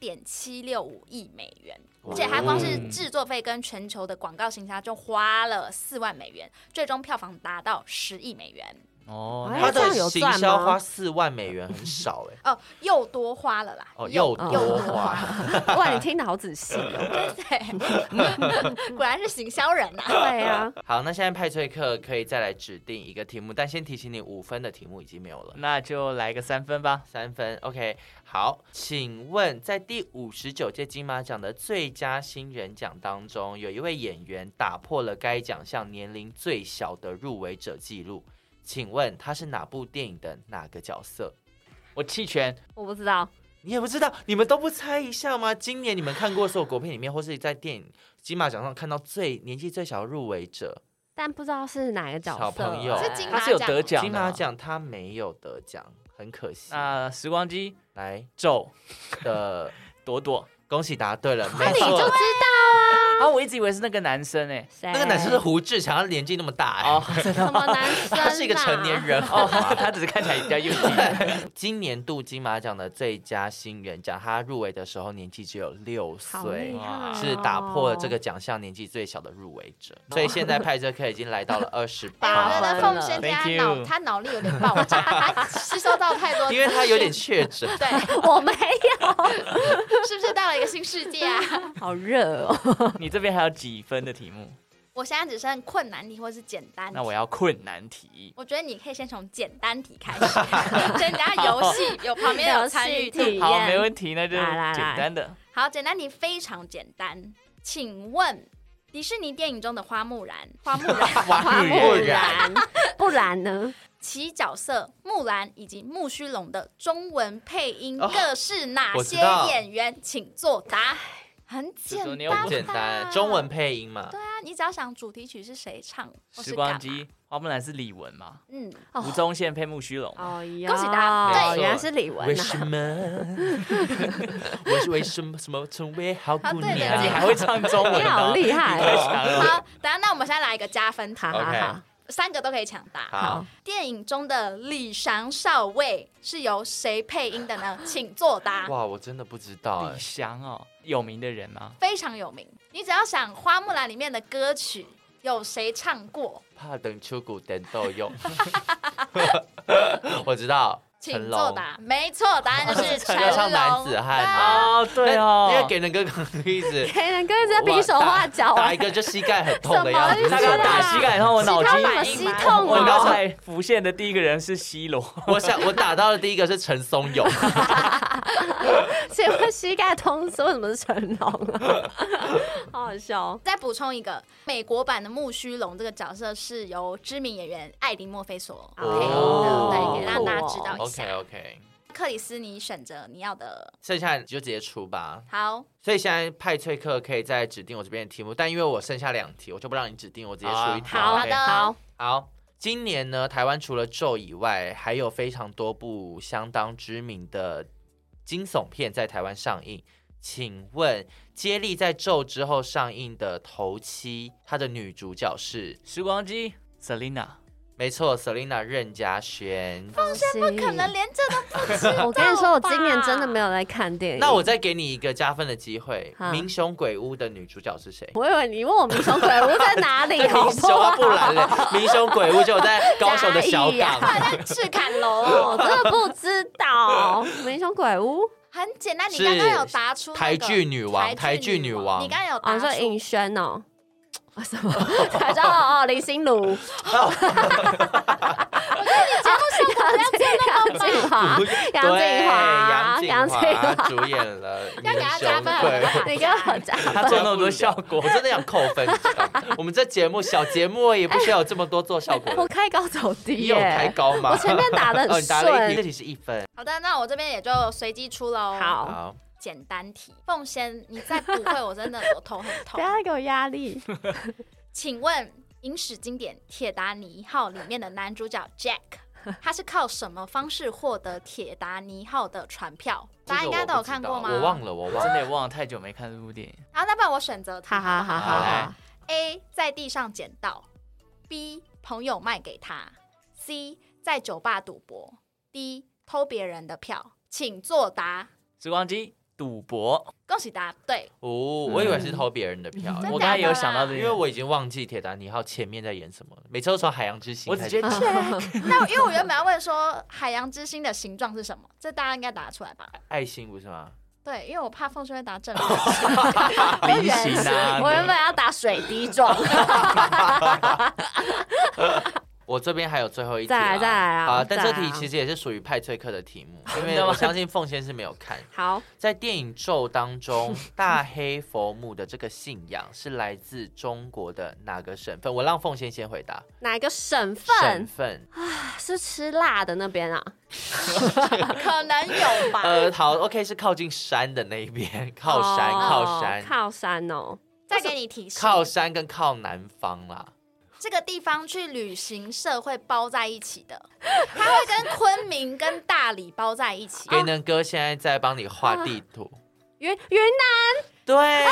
3.765亿美元。而且它光是制作费跟全球的广告行销就花了4万美元，最终票房达到10亿美元。 哦， 他的这样有行赚吗销花4万美元很少哎。 哦，又多花了啦。 又多花。 哇，你听得好仔细哦。 对，果然是行销人呐。 对啊， 好，那现在派翠克可以再来指定一个题目，但先提醒你5分的题目已经没有了。 那就来个3分吧。 3分 ，OK。好，请问在第59届金马奖的最佳新人奖当中，有一位演员打破了该奖项年龄最小的入围者记录，请问他是哪部电影的哪个角色？ 我弃权。 我不知道， 你也不知道，你们都不猜一下吗？今年你们看过所有国片里面，或是在电影金马奖上看到年纪最小的入围者， 但不知道是哪个角色。 小朋友是金马他是有得奖的。 金马奖他没有得奖，很可惜。 那时光机来咒的朵朵。 恭喜答对了，没你就知错。 啊，我一直以为是那个男生哎。 谁？ 那个男生是胡志强，他年纪那么大哎。 哦， 什么男生？ 他是一个成年。人哦， 好吗？ 他只是看起来比较幼稚。 今年度金马奖的最佳新人奖，他入围的时候年纪只有6 好岁厉，害哦是打破了这个奖项年纪最小的入围者。所以现在派这课已经来到了28 我觉得分凤仙姐 Thank 她 you 他脑力有点爆炸，他吸收到太多资讯， 因为他有点确诊。 对， 我没有， 是不是到了一个新世界啊？ 好热哦。 你这边还有几分的题目？ 我现在只剩困难题或是简单题。 那我要困难题。 我觉得你可以先从简单题开始，增加游戏有旁边有参与度。 游戏体好， 验没问题，那就来来来简单的。 好，简单题非常简单，请问迪士尼电影中的花木兰， 花花木木兰， 兰，不然呢？ 其角色木兰以及木须龙的中文配音哦各是哪些我知道演员？请作答。很简这单， 很简单，中文。配音嘛。 对啊，你只要想主题曲是谁唱，或是时光干嘛。 机，花木兰是李玟嘛？ 嗯， 哦吴宗宪配木须龙。 哦呀， 恭喜答案对原来是李玟啊。 为什么？我是为什么成为好姑啊对娘？ 对你还会唱中文你好哦？ 厉害太哦！ 强了。 好，等一下那我们现在来一个加分题好，好 OK 好， 3个都可以抢答。 好， 电影中的李翔少尉是由谁配音的呢？请作答。 哇，我真的不知道哎李。翔哦，有名的人吗？ 非常有名，你只要想花木兰里面的歌曲有谁唱过， 怕等出谷等都用。我知道， 请成龙。 作答。没错，答案就是成龙。 要唱男子汉对吗？ 哦，对哦， 因为给人哥哥一直给人哥在比手画脚啊打一！个就膝盖很痛的样子。 什么意思他刚打膝盖，然后我脑筋膝痛筋膝痛我刚哦！ 才浮现的第一个人是 C 罗。 我打到的第一个是陈松勇。 请问膝盖痛是为什么是成龙啊？好好笑哦。 再补充一个，美国版的木须龙这个角色是由知名演员艾琳墨菲所配音的， 哦对，给让大家知道一 OK 下。 OK， 克里斯，你选择你要的。 剩下你就直接出吧。 好， 所以现在派翠克可以再指定我这边的题目，但因为我剩下2题，我就不让你指定，我直接出一题。 好 OK？ 的好， 好，今年呢，台湾除了咒以外，还有非常多部相当知名的惊悚片在台湾上映。请问，接力在咒之后上映的头七，她的女主角是？ 时光机 Selina。 没错 ，Selina 任嘉萱。 不可能连这都不知道。 我跟你说，我今年真的没有在看电影。 那我再给你一个加分的机会， 好民雄鬼屋的女主角是谁？ 我以为你问我民雄鬼屋在哪里，好不民雄啊， 好？ 不然嘞，民雄鬼屋就有在高雄的小嘉义啊港。 赤坎楼我真的不知道民雄鬼屋很简单，你是刚刚有答出那个台剧女王台剧女王你刚刚有哦， 答出你说尹轩哦。什么？才知道哦，林心如。杨静华，杨静华主演了要给他民雄加分鬼屋。 你给我加他做那么多效果我，真的想扣分。我们这节目小节目也不需要有这么多做效果的。 我开高走低你有开耶， 高吗？ 我前面打的哦， 很你答了1题，这顺。 题是1分。 好的，那我这边也就随机出喽。 好， 好， 简单题，凤仙，你再不会，我真的我头很痛不。要给我压力。 请问影史经典《铁达尼号》里面的男主角 Jack， 他是靠什么方式获得铁达尼号的船票？大家应该都有看过吗？ 我忘了， 真的也忘了，太久没看这部电影。 好，那不然我选择题。 哈哈哈好来哈。 A 在地上捡到 ，B 朋友卖给他 ，C 在酒吧赌博 ，D 偷别人的票，请作答。 时光机赌博， 恭喜答对。 哦，我以为是偷别人的票， 真的我刚才有想到这个， 因为我已经忘记铁达尼号前面在演什么了，每次都从海洋之心开始。 我直接 check 那因为我原本要问说海洋之心的形状是什么，这大家应该答得出来吧？ 爱心不是吗？ 对，因为我怕凤轩会答正。 菱形啊， 我原本要打水滴状。 我这边还有最后一题， 再来啊好，但这再来啊题其实也是属于派翠克的题目，因为我相信凤仙是没有看。 好， 在电影咒当中，大黑佛母的这个信仰是来自中国的哪个省份？我让凤仙先回答。 哪个省省份？ 份？ 是吃辣的那边啊？ 可能有吧。 好 ，OK， 是靠近山的那一边，靠山， 哦靠山， 靠山哦。 再给你提示， 靠山跟靠南方啦。 这个地方去旅行社会包在一起的，它会跟昆明跟大理包在一起。 元能哥现在在帮你画地图， 云南。 对，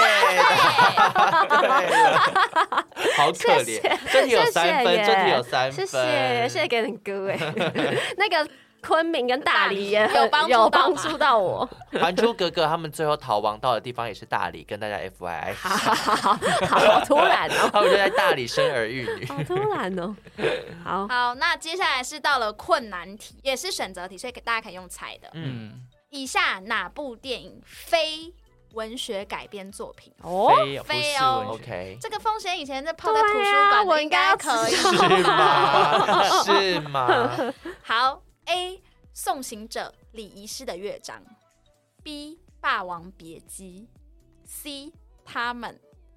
好可怜，这题有3分，这题有3分， 谢谢给你哥哎。那个昆明跟大理也有帮助到有帮助到我。 还珠格格他们最后逃亡到的地方也是大理，跟大家 FYI， 好突然哦， 他们就在大理生儿育女。 好突然哦。好， 好，那接下来是到了困难题，也是选择题，所以大家可以用猜的。以下哪部电影非文学改编作品？ 哦， 非不是文学， OK， 这个凤仙以前在泡在图书对啊馆的， 我应该要可以。 是吗？是吗？ 好 ，A 送行者礼仪师的乐章 ，B 霸王别姬 ，C 他们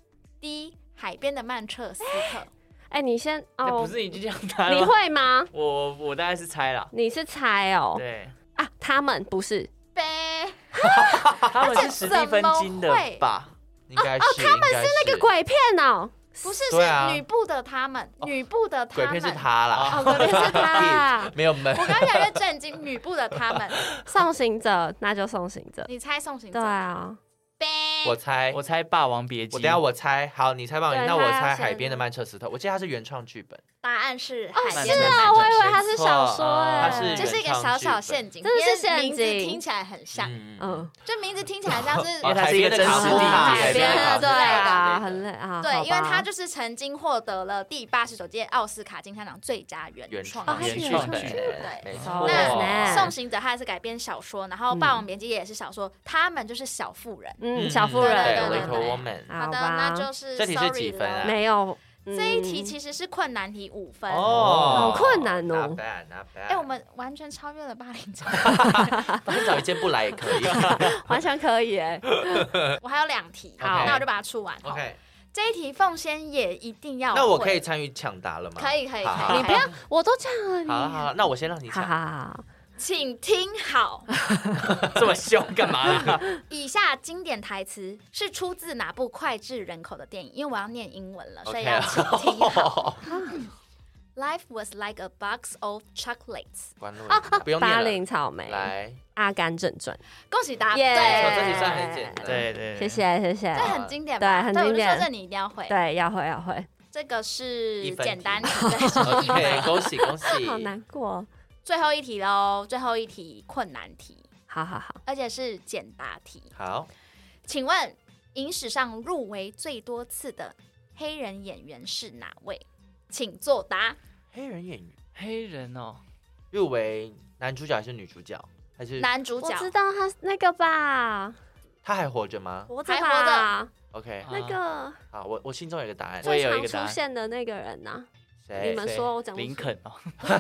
，D 海边的曼彻斯特。 哎，你先哦那不，是你就这样答了你吗？ 会吗？ 我大概是猜啦， 你是猜哦？ 对， 啊，他们不是。 呗， 他们是史蒂芬金的怎么会吧，应该是，他们是那个鬼片哦。 不是， 对啊是女部的他们，女部的他们。 鬼片是他啦， 哦，鬼片是他。 没有门。 我刚越来越震惊，女部的他们。 送行者，那就送行者。 你猜送行者？ 对啊， 呗， 我猜， 我猜《霸王别姬》。 我等一下我猜，好，你猜霸王， 对那我猜他要先海边的曼彻斯特，我记得它是原创剧本。 答案是哦海边的是啊，我以为它是没错小说哎， 它是这是一个小小陷阱， 真的是因为陷阱名字听起来很像， 嗯， 就名字听起来像是因为它是一个真实地海边的对啊， 对很累啊， 对， 好吧因为他就是曾经获得了第89届奥斯卡金像奖最佳原创哦它是剧本。 原创剧对， 没哦错。 那《送行者》它是改编小说，然后《霸王别姬》也是小说，他们就是小妇人。 小妇对人， 对 ，Little Woman。 好的， 吧那就是这题是 sorry 几分啊了没有这一题其实是困难题5分。 哦， 好困难哦 Not bad, not bad。 哎，我们完全超越了巴黎城。 很早一件不来也可以。 完全可以哎， 我还有2题， 好那我就把它出完。 OK， 这一题凤仙也一定要会。 那我可以参与抢答了吗？ 可以可以好可以你不要，我都这样了，你好了好了，那我先让你好抢。 好好， 请听好， 这么凶干嘛啦？ 以下经典台词是出自哪部脍炙人口的电影？因为我要念英文了，所以要请听好。Life was like a box of chocolates。 关录音，不用念巴了。 林草莓， 来， 阿甘正传， 恭喜答耶对， 这题算很简单。 对对， 谢谢谢谢这，很经典吧？ 对很经典我就说这你一定要会。 对，要会要会， 这个是 1分简单题， 题对，是1 OK， 分。 恭喜恭喜。 好难过， 最后一题喽，最后一题困难题， 好好好， 而且是简答题。 好， 请问影史上入围最多次的黑人演员是哪位？请作答。 黑人演员黑人哦， 入围男主角还是女主角？还是男主角我知道他那个吧， 他还活着吗活着还活吧， ？OK， 那个好，我心中有一个答案。 最我也有一常出个答案现的那个人呐， 谁？ 你们说，我讲不出林肯哦，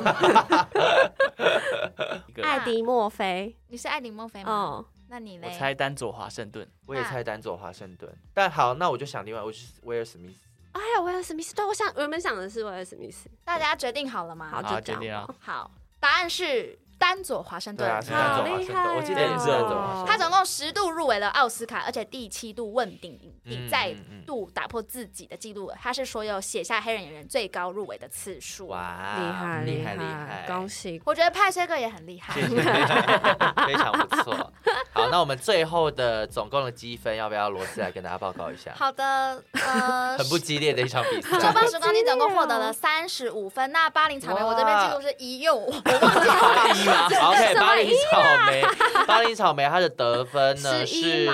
一个艾迪墨菲， 你是艾琳墨菲吗？ 哦， 那你嘞？ 我猜丹佐华盛顿， 我也猜丹佐华盛顿。但好，那我就想另外，我是威尔史密斯。 哎呀，威尔史密斯，对我原本想的是威尔史密斯， 大家决定好了吗？ 好， 好就这样决定了吧。 好，答案是丹佐华盛顿。 对啊，是丹佐华盛顿，我记得也是丹佐华盛顿。 他总共10度入围了奥斯卡，而且第7度问鼎影帝，再度打破自己的记录。他是所有写下黑人演员最高入围的次数。 哇， 厉害厉害， 恭喜！ 我觉得派崔克也很厉害， 非常不错。好，那我们最后的总共的积分，要不要罗斯来跟大家报告一下？ 好的， 很不激烈的一场比赛。 周报时光机总共获得了35分，那巴林草莓我这边记录是1，因为我忘记了 1吗？OK， 巴林草莓它的得分呢是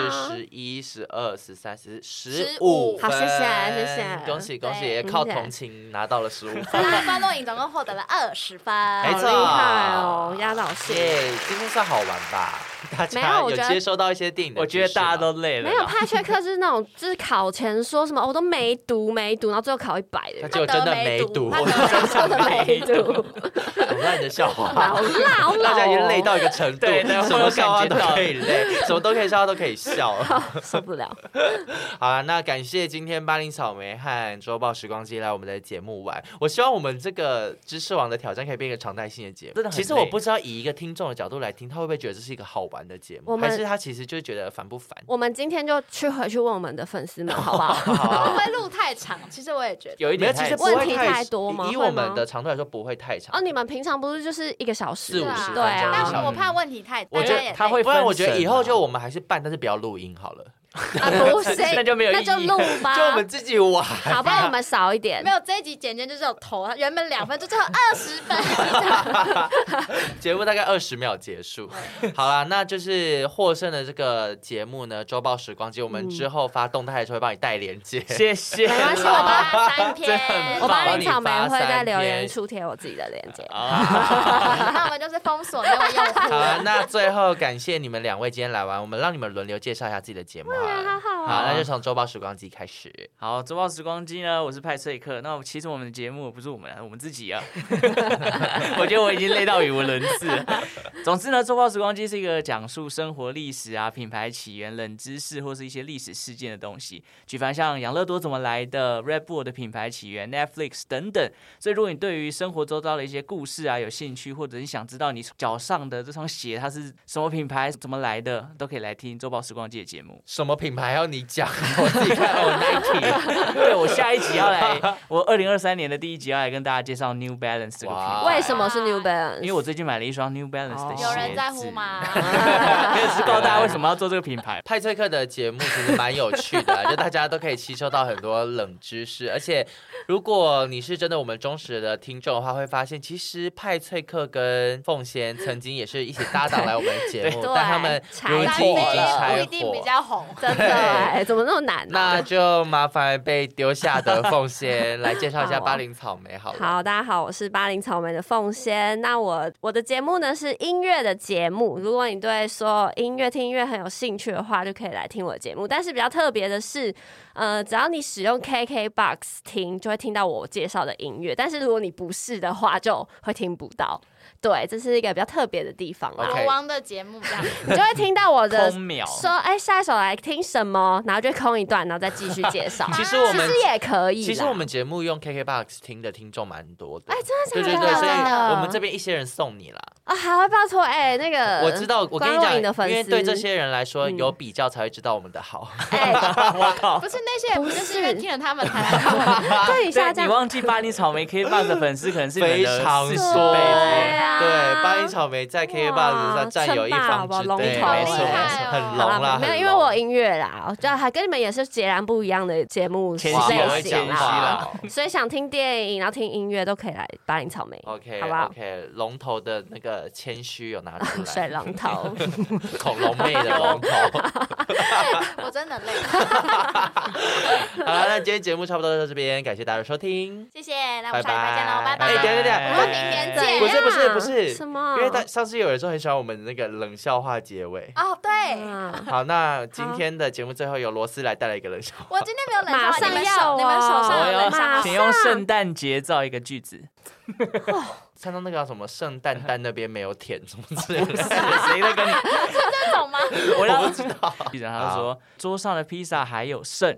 11、12、13、15分。 好，谢谢， 恭喜恭喜，也靠同情拿到了15分。 那方洛影总共获得了20分， 没错， 厉害哦，压倒性。 今天算好玩吧？大家有接收到一些电影的， 我觉得大家都累了。 没有派崔克就是那种，就是考前说什么我都没读，然后最后考100的人， 他就真的没读， 我真的没读。 好烂的笑话， 好老， 大家已经累到一个程度， 对， 什么笑话都可以累，什么都可以笑，都可以笑， 受不了。 好了，那感谢今天巴林草莓和周报时光机来我们的节目玩。我希望我们这个知识王的挑战可以变一个常态性的节目。 真的很累。 其实我不知道以一个听众的角度来听，他会不会觉得这是一个好玩的节目，还是他其实就是觉得烦不烦？ 我们今天就回去问我们的粉丝们，好不好？ 会不会录太长？其实我也觉得有一点， 其实问题太多吗？ 以我们的长度来说，不会太长。 哦，你们平常不是就是1个小时 ，4、50分， 对啊。 但我怕问题太多， 我觉得他会， 不然我觉得以后就我们还是办，但是不要录音好了。 不是， 那就没有意义， 那就录吧， 就我们自己玩。 好，不然我们少一点。 没有这一集简就是有头，原本2分，就最后20分。 节目大概20秒结束。好啦，那就是获胜的这个节目呢，周报时光机，我们之后发动态的时候会帮你带连结。 谢谢。 没关系， 我发3篇， 我巴林草莓会在留言处贴我自己的链接。 那我们就是封锁那位用户。 好，那最后感谢你们2位今天来玩，我们让你们轮流介绍一下自己的节目。好，那就从周报时光机开始。 好，周报时光机呢，我是派翠克。那其实我们的节目不是我们自己啊。我觉得我已经累到语无伦次。总之呢，周报时光机是一个讲述生活历史啊、品牌起源、冷知识或是一些历史事件的东西。举凡像养乐多怎么来的、Red Bull 的品牌起源、Netflix 等等。所以如果你对于生活周遭的一些故事啊有兴趣，或者你想知道你脚上的这双鞋它是什么品牌、怎么来的，都可以来听周报时光机的节目。 什么品牌要你讲？我自己看我 Nike。 对，我下一集要来，我2023年的第1集要来跟大家介绍 New Balance 这个品牌。 为什么是 New Balance？ 因为我最近买了一双 New Balance 的鞋子。 有人在乎吗？ 可以是告诉大家为什么要做这个品牌。 派翠克的节目其实蛮有趣的，就大家都可以吸收到很多冷知识，而且如果你是真的我们忠实的听众的话，会发现其实派翠克跟凤仙曾经也是一起搭档来我们的节目，但他们如今已经拆不一定比伙。 较红， 真的怎么那么难？ 那就麻烦被丢下的凤仙来介绍一下巴林草莓好了。 好，大家好，我是巴林草莓的凤仙。那我的节目呢是音乐的节目，如果你对说听音乐很有兴趣的话，就可以来听我的节目。但是比较特别的是，只要你使用 KKBOX 听，就会听到我介绍的音乐。但是如果你不是的话，就会听不到。对，这是一个比较特别的地方啦。 老王的节目这样， 你就会听到我的空秒说，下一首来听什么，然后就空一段，然后再继续介绍。 其实我们也可以。 其实我们节目用 KKBOX 听的听众蛮多的。 真的假的？ 对，所以我们这边一些人送你啦。 啊，还会报错那个我知道，我跟你讲，因为对这些人来说，有比较才会知道我们的好。 我靠， 不是那些人，不就是因为听了他们才来对一下， 你忘记巴黎草莓 KKBOX 的粉丝可能是非常 40 多。 倍。 对，巴黎草莓在 KKBOX 上占有一方之地，没错，很龙啦。 没有，因为我音乐啦，就还跟你们也是截然不一样的节目类型啦。所以想听电影，然后听音乐都可以来巴黎草莓。 OK， 好不好 ？OK， 龙头的那个谦虚有拿出来。 水龙头， 恐龙妹的龙头。 我真的累。 好了，那今天节目差不多到这边，感谢大家的收听， 谢谢，那我们下礼拜见喽，拜拜。 等， 我们明年见。 不是， 什么？ 因为上次有人说很喜欢我们那个冷笑话结尾。 哦，对。 好，那今天的节目最后由罗斯来带来一个冷笑话。 我今天没有冷笑话， 马上要你们手上有冷笑话， 请用圣诞节造一个句子。 看到那个叫什么圣诞蛋那边没有舔什么之类的， 谁在跟你？ 是这种吗？ 我不知道。然后他说桌上的披萨还有剩，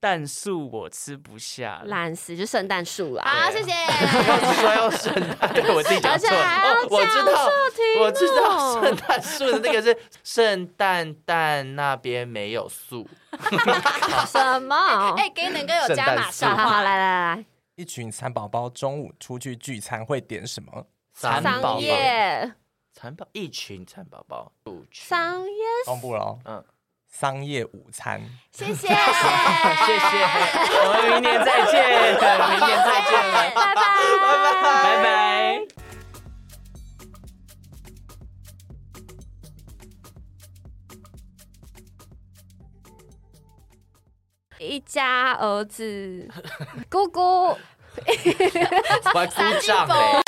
诞树我吃不下， 烂死就圣诞树啦。 好，谢谢。 说要圣诞， 对我自己讲而且错了。 还要我知道，我知道，圣圣诞树的那个是圣诞蛋那边没有树。 什么？ 哎，给能哥有加码圣诞树笑话， 好好来来来， 一群蚕宝宝中午出去聚餐会点什么？ 商蚕宝宝， 业一群蚕宝宝， 商业公布了哦， 嗯， 商业午餐。 谢谢， 谢谢。 我们明年再见，明年再见了， 拜拜拜拜。 一家儿子，姑姑。 我还鼓掌嘞。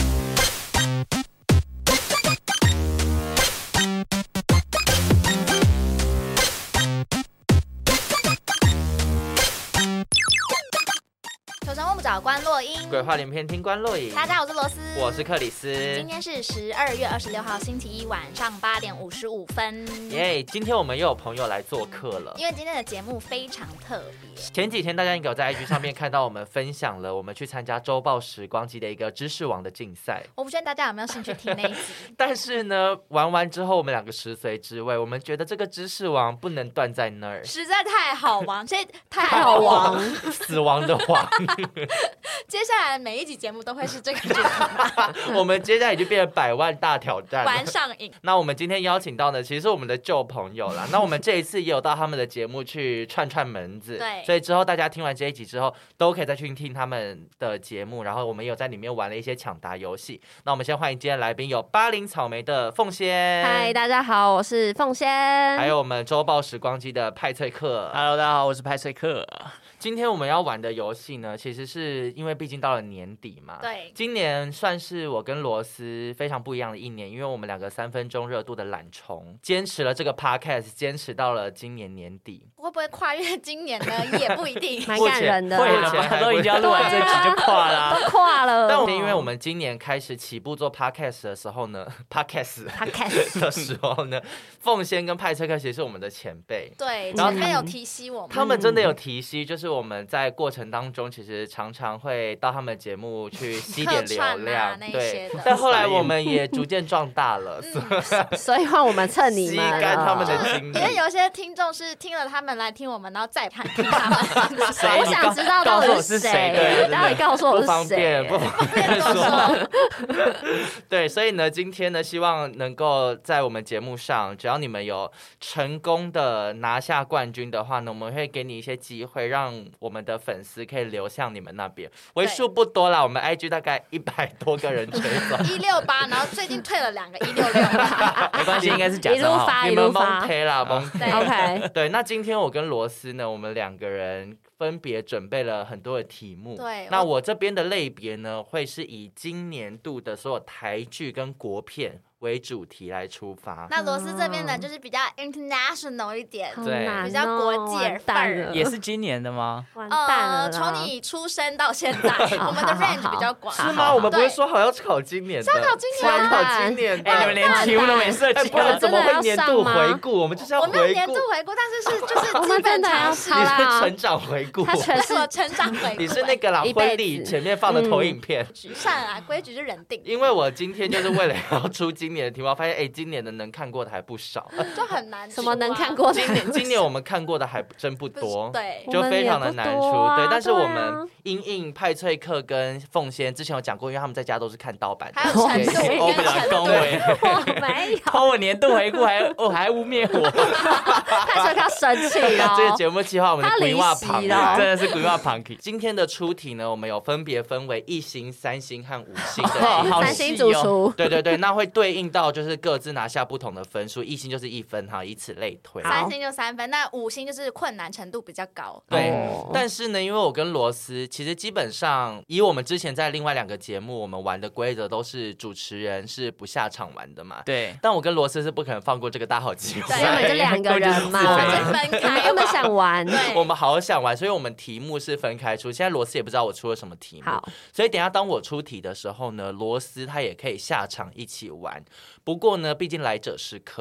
求生问不找关洛英。 鬼话连篇，听官落影。 大家好，我是罗斯， 我是克里斯。 今天是12月26号星期一晚上8点55分。 耶！今天我们又有朋友来做客了。 因为今天的节目非常特别。 前几天大家应该有在 IG 上面看到我们分享了我们去参加周报时光机的一个知识王的竞赛。 我不确定大家有没有兴趣听那一集。 但是呢，玩完之后我们两个食髓知味，我们觉得这个知识王不能断在那儿， 实在太好玩，这太太好好玩。 玩， 死亡的王。 接下来每一集节目都会是这个主题， 我们接下来已经变成100万大挑战了玩上瘾。 那我们今天邀请到的其实是我们的旧朋友啦。那我们这一次也有到他们的节目去串串门子， 对所以之后大家听完这一集之后，都可以再去听他们的节目。然后我们也有在里面玩了一些抢答游戏。那我们先欢迎今天的来宾，有80草莓的凤仙， 嗨，大家好，我是凤仙， 还有我们周报时光机的派翠克。 Hello， 大家好，我是派翠克。 今天我们要玩的游戏呢，其实是因为毕竟到了年底嘛， 对， 今年算是我跟罗斯非常不一样的一年，因为我们两个3分钟热度的懒虫，坚持了这个 podcast， 坚持到了今年年底。 会不会跨越今年呢？也不一定。 蛮感人的啊， 会了吧？都已经要录完这集就跨啦。 都跨了。 但因为我们今年开始起步做 podcast 的时候呢，podcast 的时候呢，凤仙跟派翠克其实是我们的前辈。 对， 然后前面有提醒我们， 他们真的有提息，就是我们在过程当中，其实常常会到他们节目去吸点流客串量， 啊那些对的。 但后来我们也逐渐壮大了， 所以换我们蹭你吸们了干他们的精力因。为有一些听众是听了他们来听我们，然后再看听他们。 我想知道到底是谁， 对到底告诉我不是谁方便，不方便多说。对，所以呢，今天呢，希望能够在我们节目上，只要你们有成功的拿下冠军的话呢，我们会给你一些机会，让我们的粉丝可以流向你们那边。为数不多啦，我们 IG 大概100多个人追踪。 168，然后最近退了2个166。 没关系，应该是假一路账号。 发你们一路发蒙推啦，蒙推。 ，OK， 对，那今天我跟罗斯呢，我们2个人分别准备了很多的题目。 对那我这边的类别呢，会是以今年度的所有台剧跟国片为主题来出发。 那罗斯这边呢，就是比较 international 一点， 对好难哦比较国际范儿完蛋了也是今年的吗？ 完蛋了啦， 从你出生到现在，我们的 range 比较广。 是吗？我们不是说好要考今年的， 是要考今年的是要考今年的。 哎，你们连题目都没设计不然好。 怎么会年度回顾？我们就是要我没有回顾年度。回顾，但是就是我基们真的要本常识。 好你是啦成长回顾， 他全是我成长回顾， 你是那个啦， 一辈子婚礼前面放的投影片。 局善啊，规矩是人定， 因为我今天就是为了要出今年的题目，我发现今年的能看过的还不少。 就很难出啊。 什么能看过的？ 今年我们看过的还真不多， 对， 就非常的难出。 我们也不多啊对，但是我对们啊因应派翠克跟凤仙之前有讲过，因为他们在家都是看盗版的， 还有程度所以跟我不想恭维， 我没有， 偷我年度回顾还污蔑我， 他说他生气了。 这个节目计划我们的他离规划席旁了真的是鬼话 punky。 今天的出题呢，我们有分别分为1星、3星和5星的哦题目好三星主厨， 对对对，那会对应到就是各自拿下不同的分数，1星就是1分哈，以此类推。 3星就3分，那5星就是困难程度比较高。 对， 哦但是呢，因为我跟罗斯其实基本上以我们之前在另外2个节目我们玩的规则都是主持人是不下场玩的嘛。 对， 但我跟罗斯是不可能放过这个大好机会对， 根本就2个人嘛， 我对们分你们开， 根本想玩。 对， 我们好想玩，所以我们题目是分开出。现在罗斯也不知道我出了什么题目， 好， 所以等一下当我出题的时候呢，罗斯他也可以下场一起玩。不过呢，毕竟来者是客。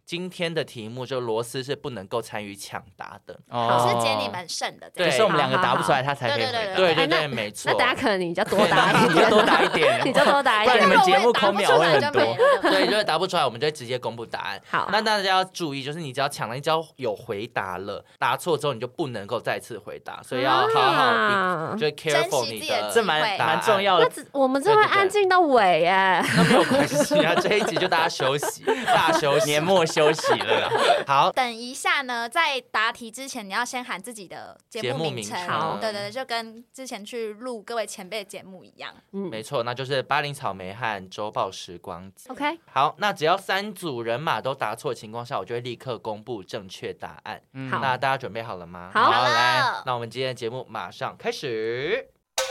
今天的题目就罗斯是不能够参与抢答的。 我是解你们胜的， 对， 就是我们2个答不出来，他才可以回答。 对，没错。 那大家可能你就多答一点， 你就多答一点， 你就多答一点。 不然你们节目空秒会很多。 对，如果答不出来，我们就会直接公布答案。 好， 那大家要注意，就是你只要抢了，你只要有回答了，答错之后你就不能够再次回答，所以要好好就 careful 你的， 这蛮重要的。 我们这会安静到尾耶， 那没有关系啊，这一集就大家休息，大休息， 年末休息了啦。 好， 等一下呢，在答题之前，你要先喊自己的节目名称。 好， 对，就跟之前去录各位前辈的节目一样。 没错，那就是巴林草莓和周报时光机。 OK， 好，那只要3组人马都答错的情况下，我就会立刻公布正确答案。 好， 那大家准备好了吗？ 好来，那我们今天的节目马上开始。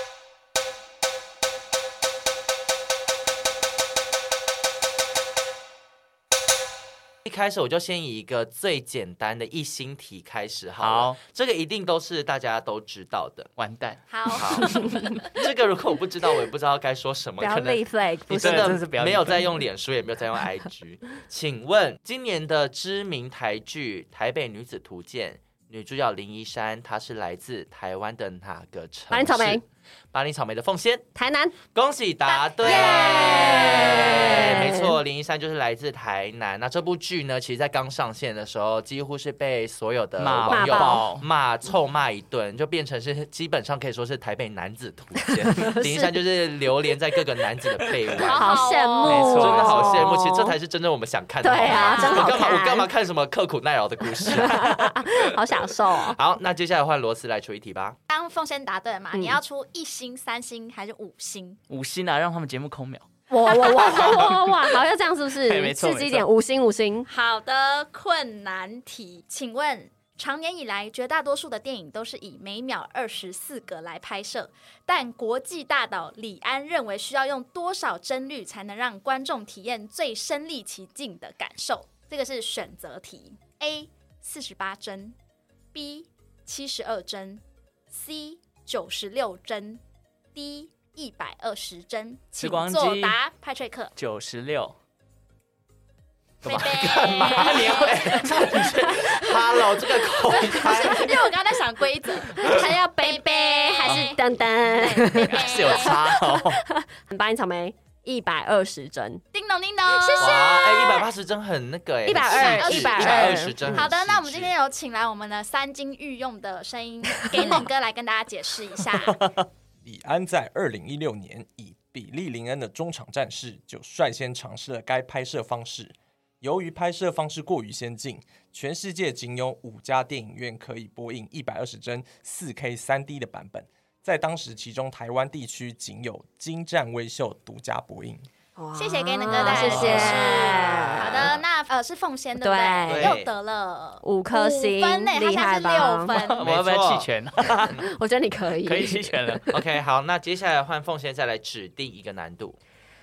一开始我就先以一个最简单的一星题开始好了，这个一定都是大家都知道的。 完蛋， 好， 这个如果我不知道，我也不知道该说什么。 不要立 flag， 你真的没有在用脸书，也没有在用 IG。请问今年的知名台剧《台北女子图鉴》女主角林依珊，她是来自台湾的哪个城市？ 巴林草莓。 巴林草莓的凤仙， 台南， 恭喜答对，没错，林依珊就是来自台南。那这部剧呢，其实在刚上线的时候，几乎是被所有的网友臭骂一顿，就变成是基本上可以说是台北男子图鉴。林依珊就是流连在各个男子的背外， 好羡慕， 真的好羡慕。其实这才是真正我们想看的。 对啊，真好看。 我干嘛看什么刻苦耐劳的故事？ 好享受哦。 好，那接下来换罗斯来出一题吧。 刚凤仙答对了嘛？你要出1星、3星还是5星 ？5星啊，让他们节目空秒。 哇，好，要这样是不是？ 没错， 刺激一点，5星。 好的，困难题，请问长年以来，绝大多数的电影都是以每秒24格来拍摄，但国际大导李安认为需要用多少帧率才能让观众体验最身临其境的感受？这个是选择题 ：A 48帧 ，B 72帧 ，C 96帧 ，D 120帧。请作答，派翠克。 96。 干嘛？你会？Hello， 这个口开， 因为我刚刚在想规则，还要贝贝还是噔噔， 是有差哦。 巴林草莓120帧， 叮咚叮咚，谢谢。 180帧很那个120帧。 好的，那我们今天有请来我们的3金御用的声音给冷哥来跟大家解释一下。 李安在2016年以比利林恩的中场战事就率先尝试了该拍摄方式。由于拍摄方式过于先进，全世界仅有5家电影院可以播映120帧 4K 3D 的版本，在当时其中台湾地区仅有精湛微秀独家播映。 谢谢给冷哥带来的解释。好的，那是凤仙对不对？又得了 5颗星， 厉害吧？6分， 我要不要弃权？ 我觉得你可以， 可以弃权了。 OK， 好，那接下来换凤仙再来指定一个难度。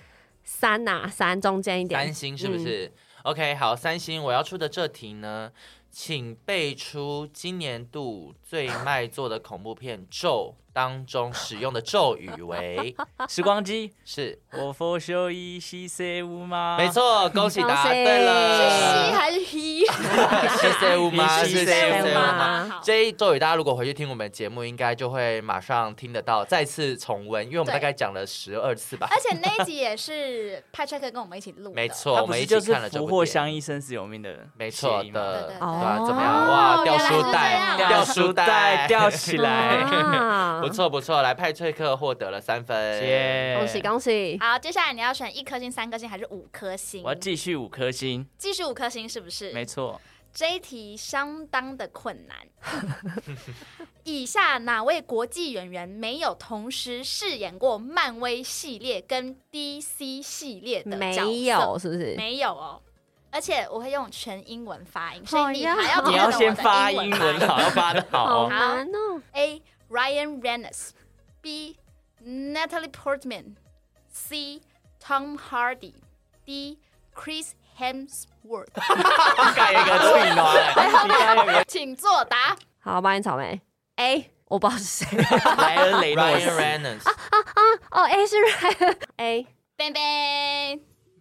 3中间一点， 3星是不是？OK， 好，3星，我要出的这题呢，请背出今年度最卖座的恐怖片《咒》当中使用的咒语为时光机， 是我佛修一西塞乌吗？ 没错，恭喜答对了。 是西还是西？ 西塞乌吗？是西塞乌吗？ 这一咒语大家如果回去听我们节目，应该就会马上听得到，再次重温，因为我们大概讲了12次吧。 而且那一集也是派翠克跟我们一起录的， 没错，我们一起看了这部福祸相依生死有命的， 没错的， 对吧？怎么样？哇，掉书袋，掉书袋， 掉起来， 不错不错，来派翠克获得了3分， 恭喜恭喜！ 好，接下来你要选1颗星、3颗星还是5颗星？ 我要继续5颗星， 继续5颗星是不是？ 没错。 这一题相当的困难。以下哪位国际演员没有同时饰演过漫威系列跟 DC 系列的角色？ 没有，是不是？ 没有哦。而且我会用全英文发音，所以你还要你要先发英文好，要发得好。 好难哦。 A. Ryan Reynolds B. Natalie Portman C. Tom Hardy D. Chris Hemsworth 盖一个最暖， 请作答。 好，巴林草莓 A， 我不知道是谁。 莱恩雷诺斯 Ryan Reynolds 哦 A 是 Ryan A。 贝贝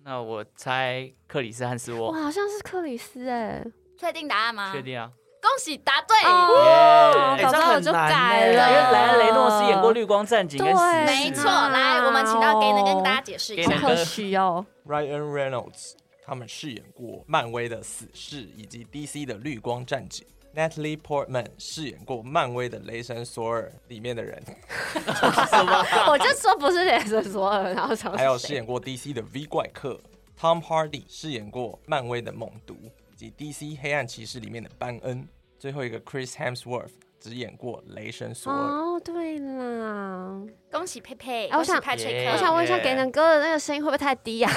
那我猜克里斯汉斯沃。 哇，好像是克里斯哎， 确定答案吗？ 确定啊。 恭喜答对。 哦， 耶早知道我就改因为了。 莱恩雷诺斯演过《绿光战警》跟《死侍》。 没错，来，我们请到给能跟大家解释一下。 给能好可惜哦。 Ryan Reynolds 他们饰演过漫威的死侍以及 DC 的绿光战警。Natalie Portman 饰演过漫威的雷神索尔里面的人， 我就说不是雷神索尔，然后想还有饰演过 DC 的 V 怪客。Tom Hardy 饰演过漫威的猛毒以及 DC 黑暗骑士里面的班恩。最后一个 Chris Hemsworth 只演过雷神索尔。 哦，对啦， 恭喜佩佩， 我想恭喜派翠克。 我想问一下，给能哥的那个声音会不会太低啊？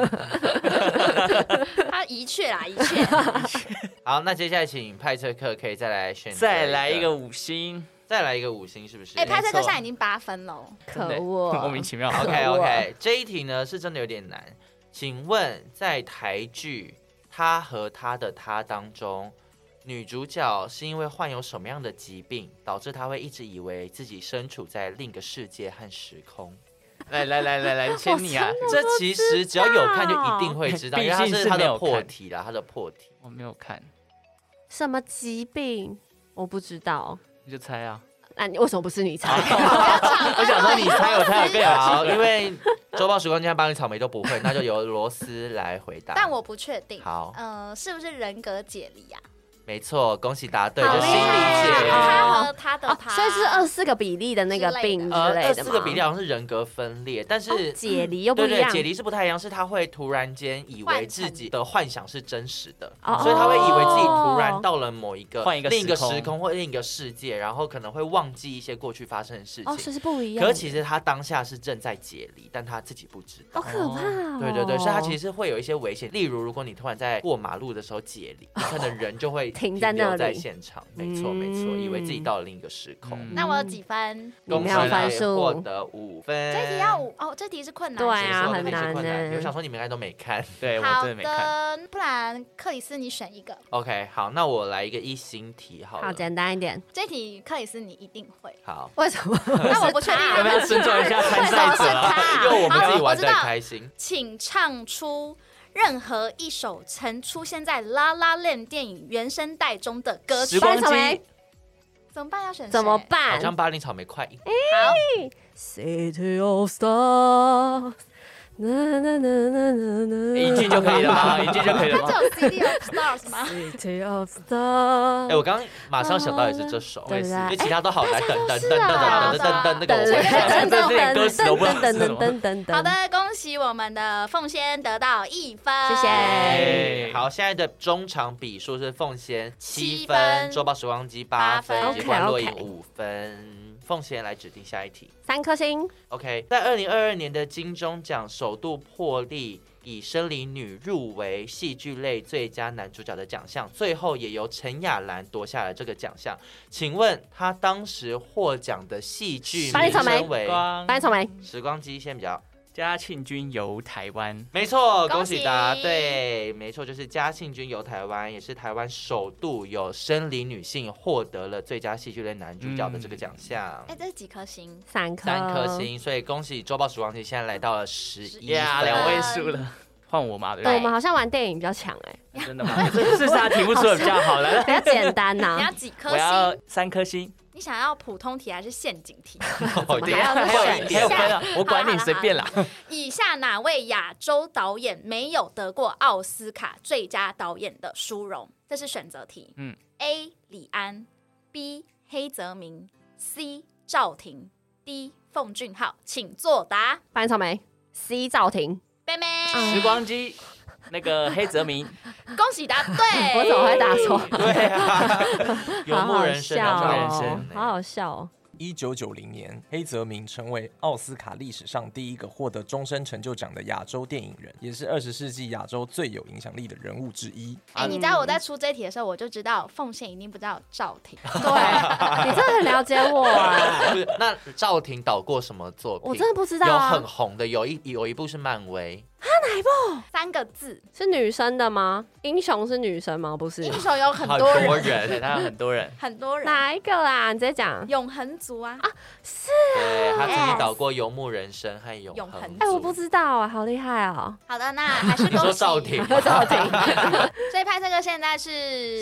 他一确啦，一确。 好，那接下来请派翠克可以再来选择， 再来一个5星。 再来一个5星，是不是？ 哎，派翠克现在已经8分了。 可莫恶， 名其妙。 OK， 这一题呢是真的有点难。请问在台剧《他和他的他》当中，女主角是因为患有什么样的疾病，导致她会一直以为自己身处在另一个世界和时空？ 来，签你啊！ 这其实只要有看就一定会知道，因为它是它的破题啦，它的破题。 我没有看， 什么疾病？我不知道。 你就猜啊！ 那你为什么不是你猜？ 我想说你猜，我猜我更有好， 兴趣。 因为周报时光机和巴黎草莓都不会，那就由罗斯来回答。 但我不确定。 好， 是不是人格解离啊？ 没错，恭喜答对， 好就心理解他和他的他， 所以是24个比例的那个病之类的吗？ 24个比例好像是人格分裂，但是、 解离又不一样。 对，解离是不太一样，是他会突然间以为自己的幻想是真实的， 哦所以他会以为自己突然到了某一个换一个另一个时空时空或另一个世界，然后可能会忘记一些过去发生的事情。 哦，所以是不一样的。 可是其实他当下是正在解离，但他自己不知道。 好可怕哦。 对，所以他其实会有一些危险，例如如果你突然在过马路的时候解离，你可能人就会停在那里留在现场。没错，以为自己到了另一个时空。 那我有几分？ 你没有分数， 获得5分。 这题要5哦，这题是困难。 对啊，很难呢。 我想说你们应该都没看。 对，我真的没看。 好的，不然克里斯你选一个。 OK， 好，那我来一个1星题好了。 好，简单一点。 这题克里斯你一定会。 好。 为什么？ 那我不确定。 要不要尊重一下参赛者啊？ 因为我们自己玩得很开心。 请唱出任何一首曾出现在《La La Land》电影原声带中的歌曲。 时光机。 怎么办？要选谁？ 怎么办？ 好像巴黎草莓快。 好。 City of Stars。 一句就可以了吗？一句就可以了吗？ 它只有 City of Stars 吗 ？City of Stars。 哎，我刚刚马上想到也是这首， 对因为其他都好难，等那个我好的，恭喜我们的凤仙得到1分， 谢谢。 好，现在的中场比数是凤仙7分，周报时光机8分，以及关洛影5分。凤仙来指定下一题 ，3颗星。 OK， 在2022年的金钟奖首度破例，以生理女入围戏剧类最佳男主角的奖项，最后也由陈雅兰夺下了这个奖项。请问她当时获奖的戏剧名称为？ 巴黎草莓。 时光机先比较。 嘉庆君游台湾， 没错，恭喜答对，没错，就是嘉庆君游台湾，也是台湾首度有生理女性获得了最佳戏剧类男主角的这个奖项。 这是几颗星 ？3 颗星，所以恭喜周报时光机现在来到了11分 ，2位数了。换我嘛，对不对？我们好像玩电影比较强哎。 真的吗？是啥题目出的比较好？来， 比较简单呐。 你要几颗星？ 我要3颗星。 你想要普通题还是陷阱题？ 还有分啊！我管你随便啦。 以下哪位亚洲导演没有得过奥斯卡最佳导演的殊荣？这是选择题。A. 李安 B. 黑泽明 C. 赵婷 D. 奉俊昊，请作答。 巴黎草莓 C. 赵婷。 妹妹， 时光机。那个黑泽明， 恭喜答对。 我怎么会答错？ 对啊，游牧人生， 好好笑哦。 1990年，黑泽明成为奥斯卡历史上第一个获得终身成就奖的亚洲电影人，也是20世纪亚洲最有影响力的人物之一。 你知道我在出这题的时候，我就知道凤仙一定不知道赵婷。 对，你真的很了解我啊。 那赵婷导过什么作品？ 我真的不知道有很红的，有一部是漫威。 哪一部 3个字。 是女生的吗？英雄是女生吗？不是， 英雄有很很多多人， 人， 对，他有很多人。 很多人。 哪一个啦？你直接讲。 永恒族啊， 对他曾经 Yes 导过《游牧人生》和《永恒永恒哎、 族我不知道啊，好厉害哦！ 好的，那还是你说恭喜赵婷吗， 赵婷所以派这个现在是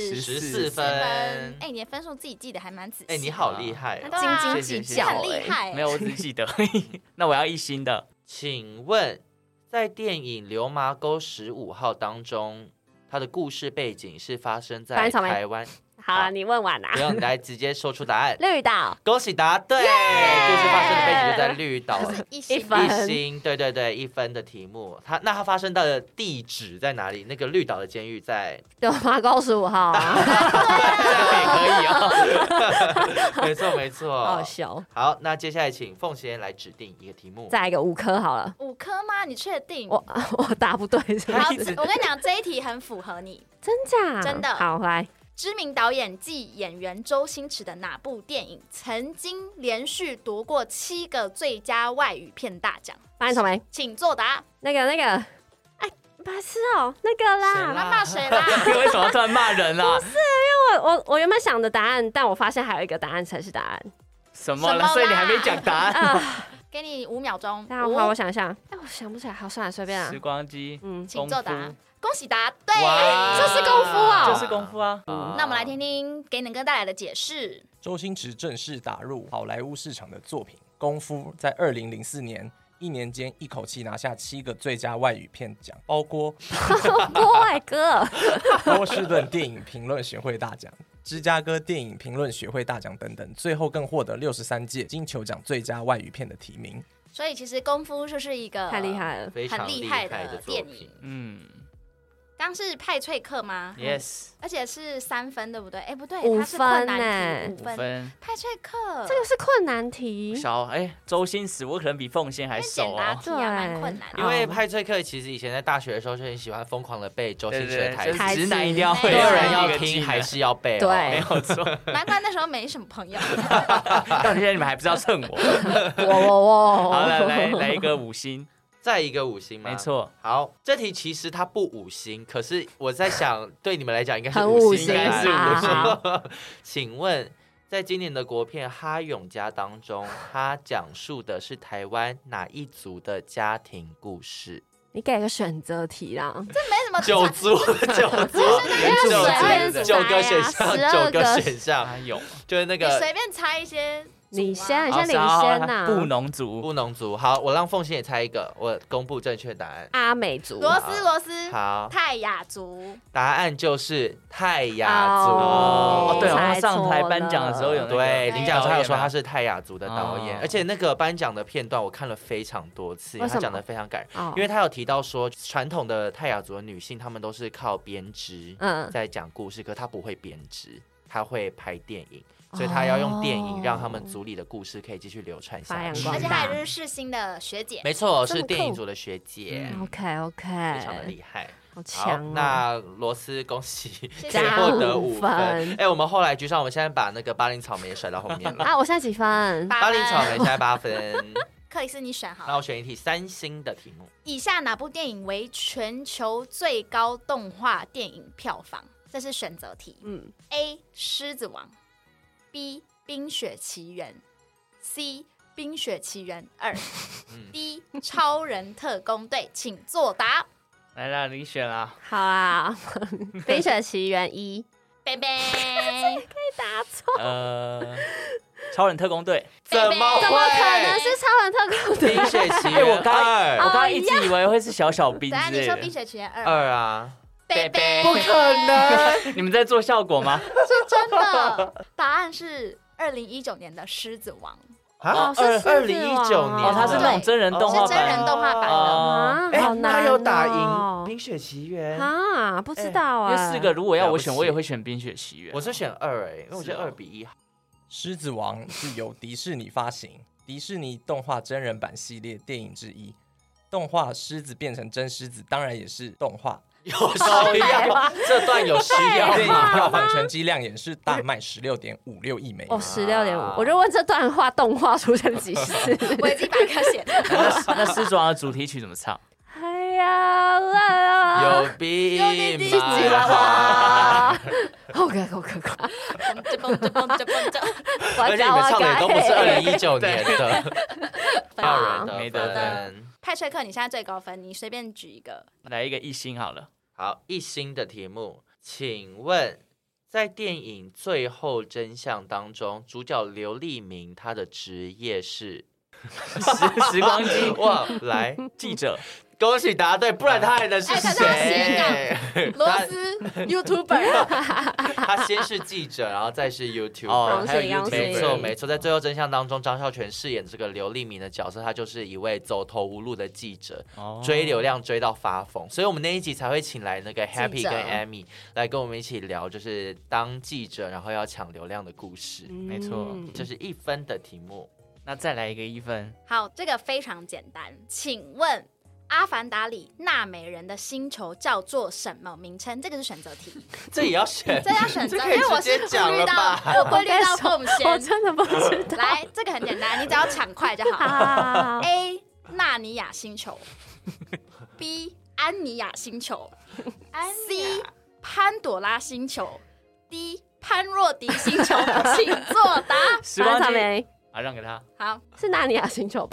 14 4 分。 哎，你的分数自己记得还蛮仔细。 哎，你好厉害哦！ 对啊斤斤谢谢计较、 很厉害没有，我只记得。那我要一星的。 请问，在电影《流麻沟15号》当中，它的故事背景是发生在白人草莓台湾？ 好了，你问完啦不。用，你来直接说出答案。 绿岛恭喜答对，故事发生的背景就在绿岛。 一星一分 1星，对对对，1分的题目。它发生的地址在哪里？那个绿岛的监狱在， 对马沟15号啊， 这样也可以哦。 没错没错。 好笑。 好，那接下来请凤仙来指定一个题目。 再来一个5颗好了， 5颗吗？你确定？ 我答不对是好， 不是？ 我跟你讲，这一题很符合你。 真假？ 真的好来， 知名导演暨演员周星驰的哪部电影曾经连续夺过7个最佳外语片大奖？ 白人草莓请作答。 那个，哎，白痴哦，那个啦。 那骂谁啦？ 为什么突然骂人啦？ 我原本想的答案，但我发现还有一个答案才是答案什么了？ 什么啦所以你还没讲答案？ 啊。 给你5秒钟。 那好，我想一下，哎，我想不起来，好，算了，随便啊时。光机， 请作答功夫。 恭喜答对。 哇这是功夫啊就是功夫啊。 那我们来听听给能哥带来的解释。 周星驰正式打入好莱坞市场的作品《功夫》，在2004年1年间一口气拿下7个最佳外语片奖，包括郭外哥， 波士顿电影评论学会大奖、芝加哥电影评论学会大奖等等，最后更获得63届金球奖最佳外语片的提名。 所以其实功夫就是一个太厉害了。 非常很厉害的作电品影。 嗯刚是派翠克吗？ ，yes， 而且是3分，对不对？哎，不对， 5 它是困难分题，5 5 分。 分。 派翠克这个是困难题， 周星驰，我可能比凤仙还因为熟简答哦。 题啊，蛮困难的。 因为派翠克其实以前在大学的时候就很喜欢疯狂的背周星驰的台词， 就是直男一定要会， 没有人对要听还是要背哦。 对没有错。 难怪那时候没什么朋友。 到现在你们还不是要蹭我？ 我好了，来一个5星， 再一个5星吗？ 没。错。 好，这题其实它不5星，可是我在想，对你们来讲应该是很 5 5 星， 星应该是啊 5星。请问，在今年的国片《哈勇家》当中，它讲述的是台湾哪一族的家庭故事？ 你给个选择题啦， 没什么九族，九族，九个选项， 12 九个选项， 还有就是那你个随便猜一些组啊。 你先领好先呐。 布农族， 布农族。好，我让凤仙也猜一个，我公布正确答案。 阿美族， 罗斯， 好， 泰雅族。 答案就是泰雅族。 哦对，我们猜错上台颁奖的时候有那个对，领奖的时候还有说他是是泰雅族的导演， 哦而且那个颁奖的片段我看了非常多次， 为什么他讲的非常感人， 哦因为他有提到说传统的泰雅族的女性，她们都是靠编织在讲故事，可她不会编织，她会拍电影。所以他要用电影让他们族里的故事可以继续流传下去发扬光。 而且还有就是世新的学姐。 没错， 这么是电影酷组的学姐， OK 非常的 OK， 厉害。好好强哦。 那罗斯恭喜可以加获得 5 5 分分。哎，我们后来居上，我们现在把那个巴林草莓也甩到后面了。 啊，我现在几分？ 8 巴林草莓现在8分。 克里斯，你选好那了。 我选一题3星的题目。 以下哪部电影为全球最高动画电影票房？这是选择题。A. 狮子王 B. 冰雪奇缘 C. 冰雪奇缘2 D. 超人特工队，请作答。 来啦，你选啦。 好啊，《冰雪奇缘1》 贝贝， 答错， 超人特工队。 怎么会？ 怎么可能是超人特工队？ 冰雪奇哎，我缘刚 2？ 刚一直以为会是小小兵等下之类的你说冰。雪奇缘2， 2啊？ 贝贝， 不可能！ 你们在做效果吗？ 是真的。答案是2019年的《狮子王啊， 是狮子王 2019年哦，它是那种真人动画是真人版。 动画版的。 啊， 哎好难哦。 他有打赢《冰雪奇缘》。 啊？不知道因为啊。 4个，如果要我选， 了不起我也会选冰雪奇缘。 我是选2哎，因为我觉得是哦 2比1好。 狮子王是由迪士尼发行，迪士尼动画真人版系列电影之一。动画狮子变成真狮子，当然也是动画。 有需要？这段有需要电影吗？ 票房成绩亮眼，是大卖16.56亿美元。 哦，16.5，我就问这段话动画出现几次？ 维基百科写的。 那狮子王的主题曲怎么唱？ 黑呀， 有病吉娃吗？ 娃，好可怕， 而且你们唱的也都不是2019年的， 好人的没得分。 派翠克，你现在最高分，你随便举一个。 来一个1星好了。 好，1星的题目，请问在电影《最后真相》当中，主角刘立明他的职业是时光机哇，来记者， 恭喜答对，不然他还能是可是他谁？ 罗斯 YouTuber， 他先是记者，然后再是 YouTuber。 哦，还有恭喜 YouTube， 没错，没错，在《最后真相》当中，张孝全饰演这个刘立明的角色，他就是一位走投无路的记者，追流量追到发疯，所以我们那一集才会请来那个 Happy 跟 Amy 来跟我们一起聊，就是当记者然后要抢流量的故事。 没错这是1分的题目。 那再来一个1分。 好，这个非常简单，请问《阿凡达》里纳美人的星球叫做什么名称？这个是选择题， 这也要选， 这要选择， 这可以因为我是直接讲顾虑到了吧？ 我顾虑到凤我仙。 真的不知道。 来，这个很简单，你只要抢快就好。 好 A. 纳尼亚星球 B. 安妮亚星球 C. 潘朵拉星球 D. 潘若迪星球，请作答。 时光机草莓啊，让给他。 好， 是纳尼亚星球吧？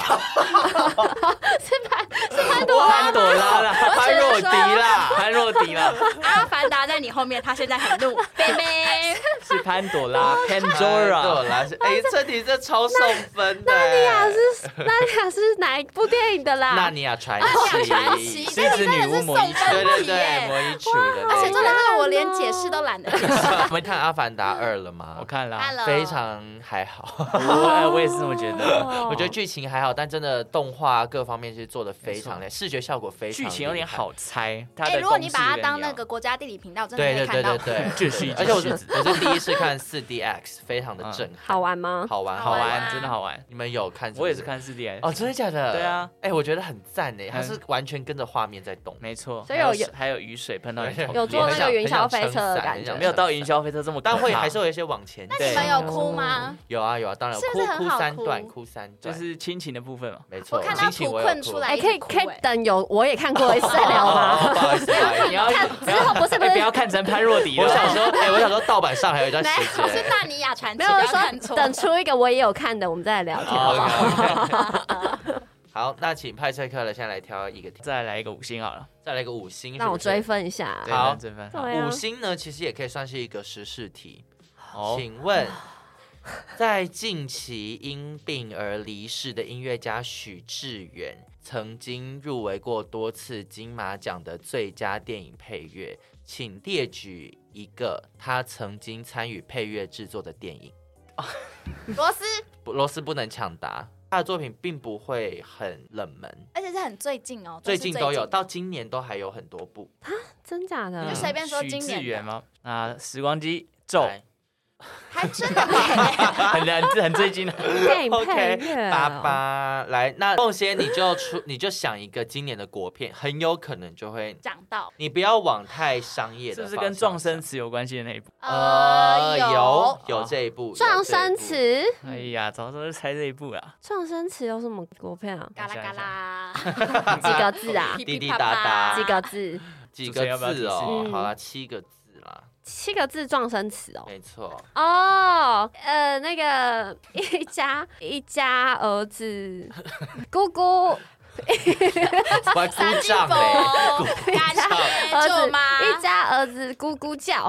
潘朵拉啦， 潘若迪啦， 潘若迪啦， 阿凡达在你后面，他现在很怒，贝贝。 是潘朵拉对 Pandora。 啦，是这题这超送分的。 纳尼亚是哪一部电影的啦？ 纳尼亚传纳尼亚传奇奇，， 狮子女巫魔衣对对题耶对，魔衣橱的那个。 而且重点是我连解释都懒得。 我们看《阿凡达2》了吗？ 我看了， 看了非常还好， 我也是这么觉得。 哦我觉得剧情还好，但真的动画各方面是做的非常厉害，视觉效果非常厉害。 剧情有点好猜，它哎， 的如果你把它公式当那个国家地理频道，真的对对可以看到。 对对对， 这是一件而且我事是第一次看4DX，非常的震撼， 好玩吗？ 好玩好玩， 玩真的好玩。 你们有看？ 我也是看4D， 哦，真的假的？ 对啊， 哎，我觉得很赞哎，它是完全跟着画面在动。 没错， 所以还有雨水喷到你头， 有做那个云霄飞车的感觉很想没有到云霄飞车这么可怕， 但会还是有一些往前。 那你们有哭吗？ 有啊有啊，当然是不是很哭好 3段， 哭哭3段， 就是亲情的部分嘛。 没错。 我看到亲情图我有哭困出来哎，可以哭可以哎等有我也看过一次再聊吗？ 哦不好意思，不好意思你要之后不是不要看成潘若迪了。 我想说，我想说盗版上还有一段时没有，是间。 纳尼亚传奇， 没有不要看错。 说等出一个我也有看的，我们再来聊天好不好？ 好，那请派翠克了，现在来挑一个题， 再来一个5星好了， 再来一个5星。 让我追分一下。 对好追分。 对啊 5星呢，其实也可以算是一个时事题。 好， 请问，在近期因病而离世的音乐家许志远，曾经入围过多次金马奖的最佳电影配乐，请列举一个他曾经参与配乐制作的电影。 罗斯， 罗斯不能抢答，他的作品并不会很冷门， 而且是很最近哦， 最近都有，到今年都还有很多部。 真假的你就？随便说许今年的志远吗？那时光机咒来还真的没。 很最近的。 电影配 OK， 乐爸哦。 爸来，那凤仙你就想一个今年的国片，很有可能就会， 讲到你不要往太商业的方向想， 是不是跟撞生词有关系的那一部？ 有这一部撞生，词， 哎呀，早知道就猜这一部啦。 撞生词有什么国片啊？ 嘎啦嘎啦， 几个字啊？ 滴滴答答几个字？ 几主持人要不要提示个字哦？ 嗯好啦，7个字啦， 7个字撞生词哦。 没错。 哦，那个一家儿子，姑姑我还鼓掌嘞， 感谢儿子舅妈， 一家儿子咕咕叫，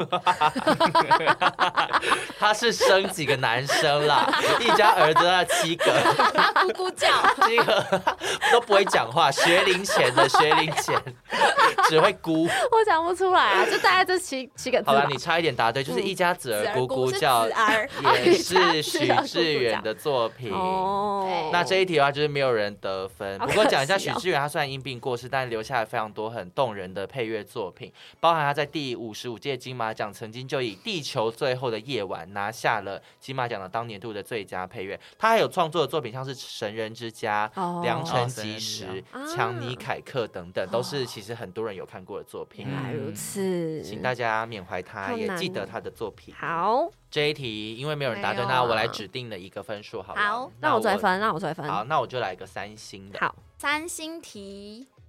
他是生几个男生啦，一家儿子那7个， 咕咕叫， 7个都不会讲话，学龄前只会咕。 我讲不出来啊，就大概这七个字吧。 好了，你差一点答对，就是一家子儿咕咕是叫， 子儿， 也是许志远的作品。 哦， 那这一题的话，就是没有人得分。 好不过讲一下可惜哦许志远，他虽然因病过世，但留下了非常多很动人的配乐作品，包含他在第55届金马奖曾经就以《地球最后的夜晚》拿下了金马奖的当年度的最佳配乐。他还有创作的作品像是《神人之家》 哦良辰吉时哦》 神人之家强尼凯克等等，都是其实很多人有看过的作品。 原来如此， 请大家缅怀他， 好难也记得哦他的作品。 好， 这一题因为没有人答对， 没有那我来指定了一个分数好了。 好那让我追分，让我追分。 好，那我就来一个3星的。 好， 3星题，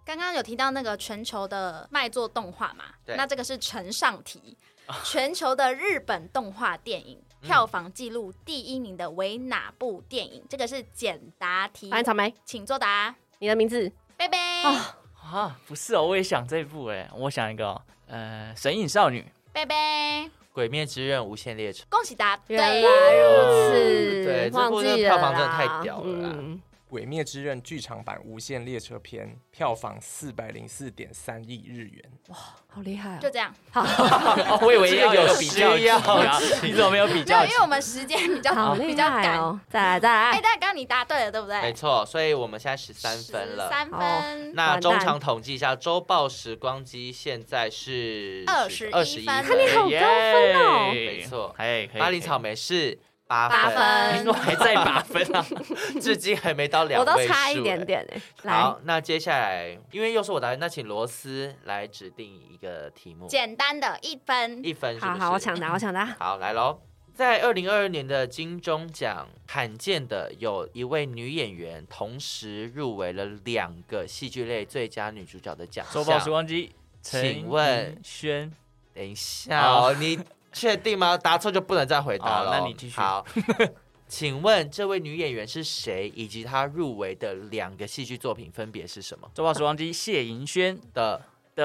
刚刚有提到那个全球的卖座动画嘛？那这个是呈上题，全球的日本动画电影票房纪录第1名的为哪部电影？这个是简答题。 白草莓， 请作答。 你的名字？ 贝贝。 不是哦，我也想这部我想一个神隐少女。 贝贝。 鬼灭之刃无限列车。 恭喜答对。 原来如此， 对，这部的票房真的太屌了啦。 鬼灭之刃剧场版无限列车篇票房404.3亿日元， 哇，好厉害啊！ 就这样。 好， 我以为要有比较需要你怎么没有比较？ 因为我们时间比较赶哦。再来， 但刚刚你答对了，对不对？ 没错，所以我们现在13分了。 13分。 那中场统计一下，周报时光机现在是 21分。 看你好高分哦！ 没错， 巴黎草莓是8 分， 你还在8分啊？ 至今还没到2位数， 我都差一点点好，那接下来因为又是我答，那请罗斯来指定一个题目， 简单的1分 ，1分是不是？ 好，我抢答。 好，来喽。在2022年的金钟奖，罕见的有一位女演员同时入围了2个戏剧类最佳女主角的奖项。 周报时光机， 请问轩， 等一下你确定吗？答错就不能再回答了。 那你继续。 好，请问这位女演员是谁，以及她入围的2个戏剧作品分别是什么？ 周报时光机，谢盈萱的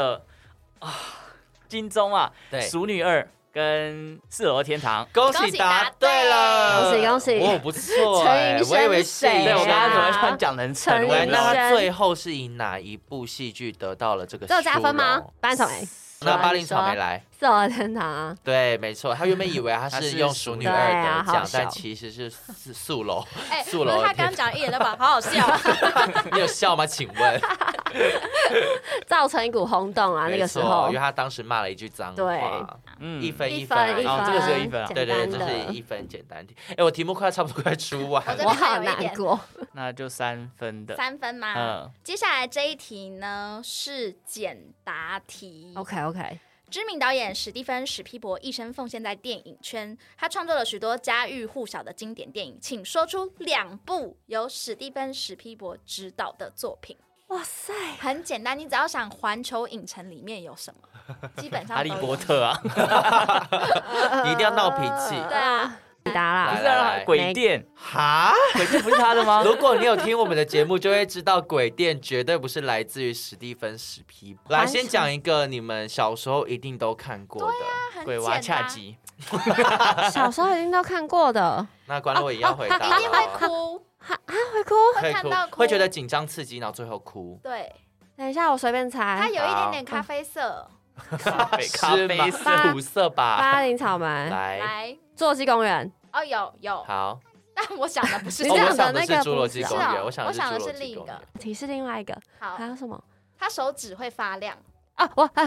金钟啊， 对， 《熟女2》跟《四楼天堂》。 恭喜答对了， 恭喜！ 哦，不错我以为是对，我刚刚怎么突然讲成陈文？那她最后是以哪一部戏剧得到了这个？ 这有加分吗？班草莓。 那巴黎草莓来， 四楼天堂啊， 对，没错，他原本以为他是用熟女2得奖，但其实是素楼。素楼， 他刚讲一眼都把，好好笑。 你有笑吗？请问？ 造成一股轰动啊！那个时候， 因为他当时骂了一句脏话。 对 ，1分， 这个是1分啊。 对，这是1分简单题。我题目差不多快出完了， 我好难过。 那就3分的。 3分吗？接下来这一题呢是简答题。 OK。 知名导演史蒂芬·史皮伯一生奉献在电影圈，他创作了许多家喻户晓的经典电影，请说出2部由史蒂芬·史皮伯执导的作品。 哇塞， 很简单，你只要想环球影城里面有什么，基本上哈利波特啊， 你一定要闹脾气。 对啊。 答啦， 不是啊，鬼店哈， 鬼店不是他的吗？ 如果你有听我们的节目，就会知道鬼店绝对不是来自于史蒂芬·史皮伯。来，先讲一个你们小时候一定都看过的鬼娃恰吉， 小时候一定都看过的。 那关了我也要回答， 一定会哭会哭， 会看到哭， 会觉得紧张刺激，然后最后哭。 对， 等一下我随便猜， 它有一点点咖啡色， 咖啡土色吧？ 巴黎草莓， 来， 侏罗纪公园。 有好， 但我想的不是这样的那个， 侏罗纪公园，我想的是另一个， 提示另外一个。 好， 还有什么？ 他手指会发亮啊！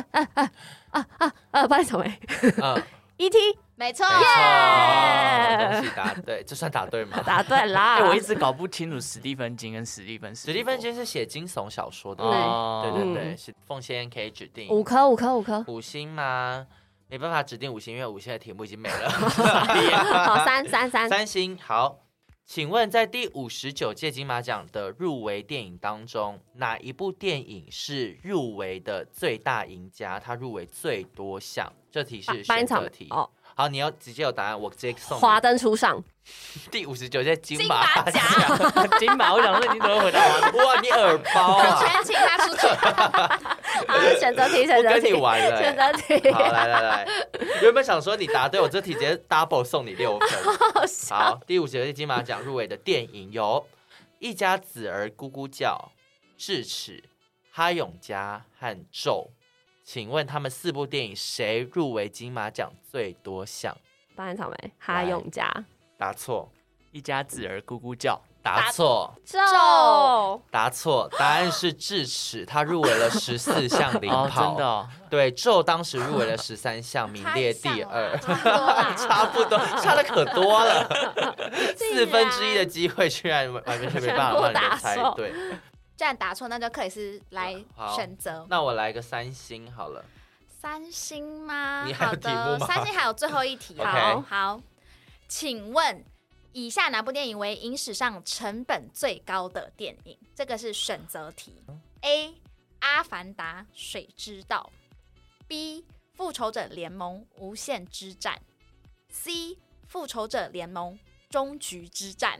巴黎草莓，E.T. 没错， 恭喜答对，这算答对吗？ 答对啦！ 我一直搞不清楚史蒂芬金跟史蒂芬金是写惊悚小说的，对，是凤仙可以指定 5颗 5星吗？没办法指定5星，因为5星的题目已经没了。 好，3 星。好，请问在第59届金马奖的入围电影当中，哪一部电影是入围的最大赢家？它入围最多项。这题是选择题。好，你要直接有答案，我直接送。 华灯初上。 第59届金马奖， 金马，我想说你怎么回答？ 哇，你耳包啊！ 全请他出去。 好，选择题。 我跟你玩了。 选择题。 好，来。原本想说你答对，我这题直接 double 送你6分。好，第59届金马奖入围的电影有《一家子儿咕咕叫》、《智齿》、《哈永家》和《咒》。请问他们4部电影谁入围金马奖最多项？ 巴黎草莓，哈永家。 答错。 一家子儿咕咕叫。 答错。 咒。 答错。答案是智齿，他入围了14项领跑。 真的。 对，咒当时入围了13项，名列第2。 差不多，差的可多了。1/4的机会，居然完全没办法让你们猜对。 既然答错，那就克里斯来选择。 那我来个3星好了。 3星吗？ 你还有题目吗？ 3星还有最后一题。好，请问以下哪部电影为影史上成本最高的电影？这个是选择题。A. 阿凡达水之道 B 复仇者联盟无限之战 C 复仇者联盟终局之战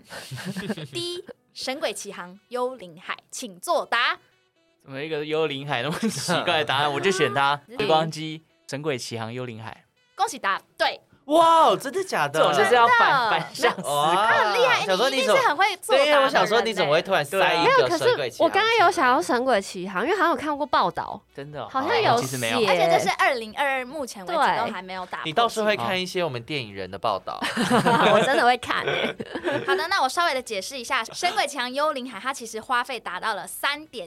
D 神鬼奇航幽灵海，请作答。 怎么一个幽灵海那么奇怪的答案？我就选它，时光机、神鬼奇航、幽灵海。 恭喜答对， 哇，真的假的？ 这种就是要反向思考。 很厉害， 想说你一定是很会作答的人。 对，我想说你怎么会突然塞一没有，可是个神鬼奇航？ 我刚刚有想要神鬼奇航，因为好像有看过报道， 真的好像有其实没有写， 而且这是2022目前为止对都还没有打破。 你倒是会看一些我们电影人的报道。 我真的会看耶。 好的，那我稍微的解释一下，《神鬼奇航幽灵海》它其实花费达到了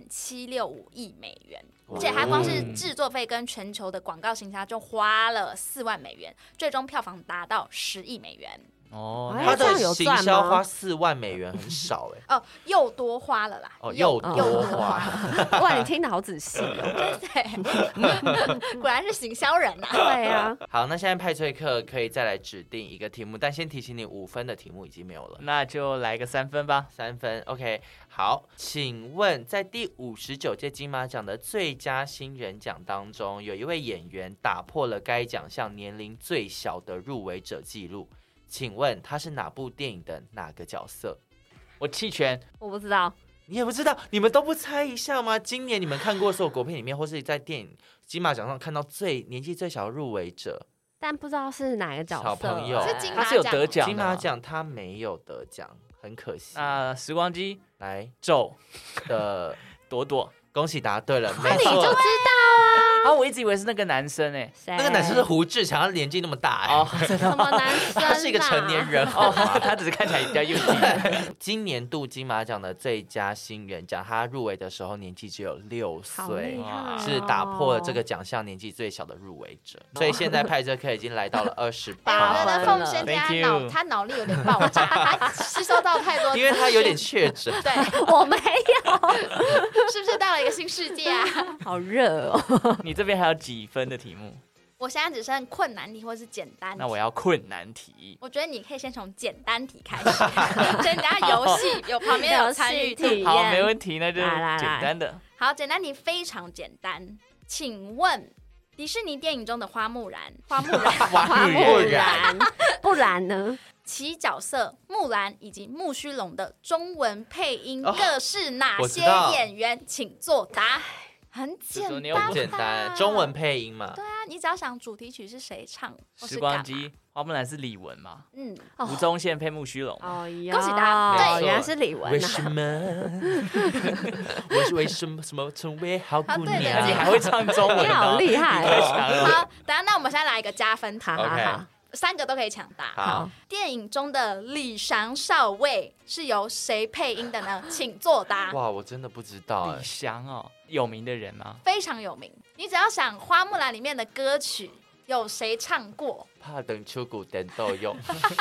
3.765亿美元，而且它光是制作费跟全球的广告行销就花了4万美元，最终票房达到10亿美元。 哦， 哎他的这样有行赚吗销花4万美元很少哎。 哦，又多花了啦。 哦，又多花。 哇，你听得好仔细哦。 对，果然是行销人啊。 对啊， 好，那现在派翠克可以再来指定一个题目，但先提醒你5分的题目已经没有了。 那就来个3分吧。 3分 ，OK。好，请问在第59届金马奖的最佳新人奖当中，有一位演员打破了该奖项年龄最小的入围者记录，请问他是哪部电影的哪个角色？ 我弃权。 我不知道， 你也不知道，你们都不猜一下吗？今年你们看过所有国片里面，或是在电影金马奖上看到年纪最小的入围者， 但不知道是哪个角色。 小朋友是金马他是有奖得奖的金马奖他没有得奖，很可惜。 时光机来咒的朵朵。 恭喜答对了，没那你就知错。 啊，我一直以为是那个男生哎。 谁？ 那个男生是胡志强，他年纪那么大哎、 哦， 什么男生？ 他是一个成年。人好哦， 吗？ 他只是看起来比较幼稚。 今年度金马奖的最佳新人奖，他入围的时候年纪只有6 好岁厉，害哦是打破了这个奖项年纪最小的入围者。所以现在派这课已经来到了28 我觉得分了凤仙姐 Thank 她 you 他脑力有点爆炸，他吸收到太多资讯， 因为他有点确诊。 对， 我没有， 是不是到了一个新世界啊？ 好热哦。 你这边还有几分的题目？ 我现在只剩困难题或是简单题。 那我要困难题。 我觉得你可以先从简单题开始，增加游戏有旁边有参与度游戏。体验好，没问题，那就来来来简单的。 好，简单题非常简单，请问迪士尼电影中的花木兰， 花木兰，不然呢？ 其角色木兰以及木须龙的中文配音哦各是哪些我知道演员？请作答。很简这时候你有单， 很简单，中文。配音嘛。 对啊，你只要想主题曲是谁唱，或是时光干嘛。 机，花木兰是李玟嘛？ 嗯， 吴宗宪配木须龙。 哦呀， 恭喜答对哦原来是李玟啊。 为什么？我是为什么成为好姑啊对的娘？ 你还会唱中文？ 你好厉害太哦！ 强了。 好，等下那我们现在来一个加分题好，好 OK 好 3个都可以抢答。 好， 电影中的李翔少尉是由谁配音的呢？请作答。 哇，我真的不知道哎李。翔哦，有名的人吗？ 非常有名，你只要想《花木兰》里面的歌曲有谁唱过， 怕等出谷等都用。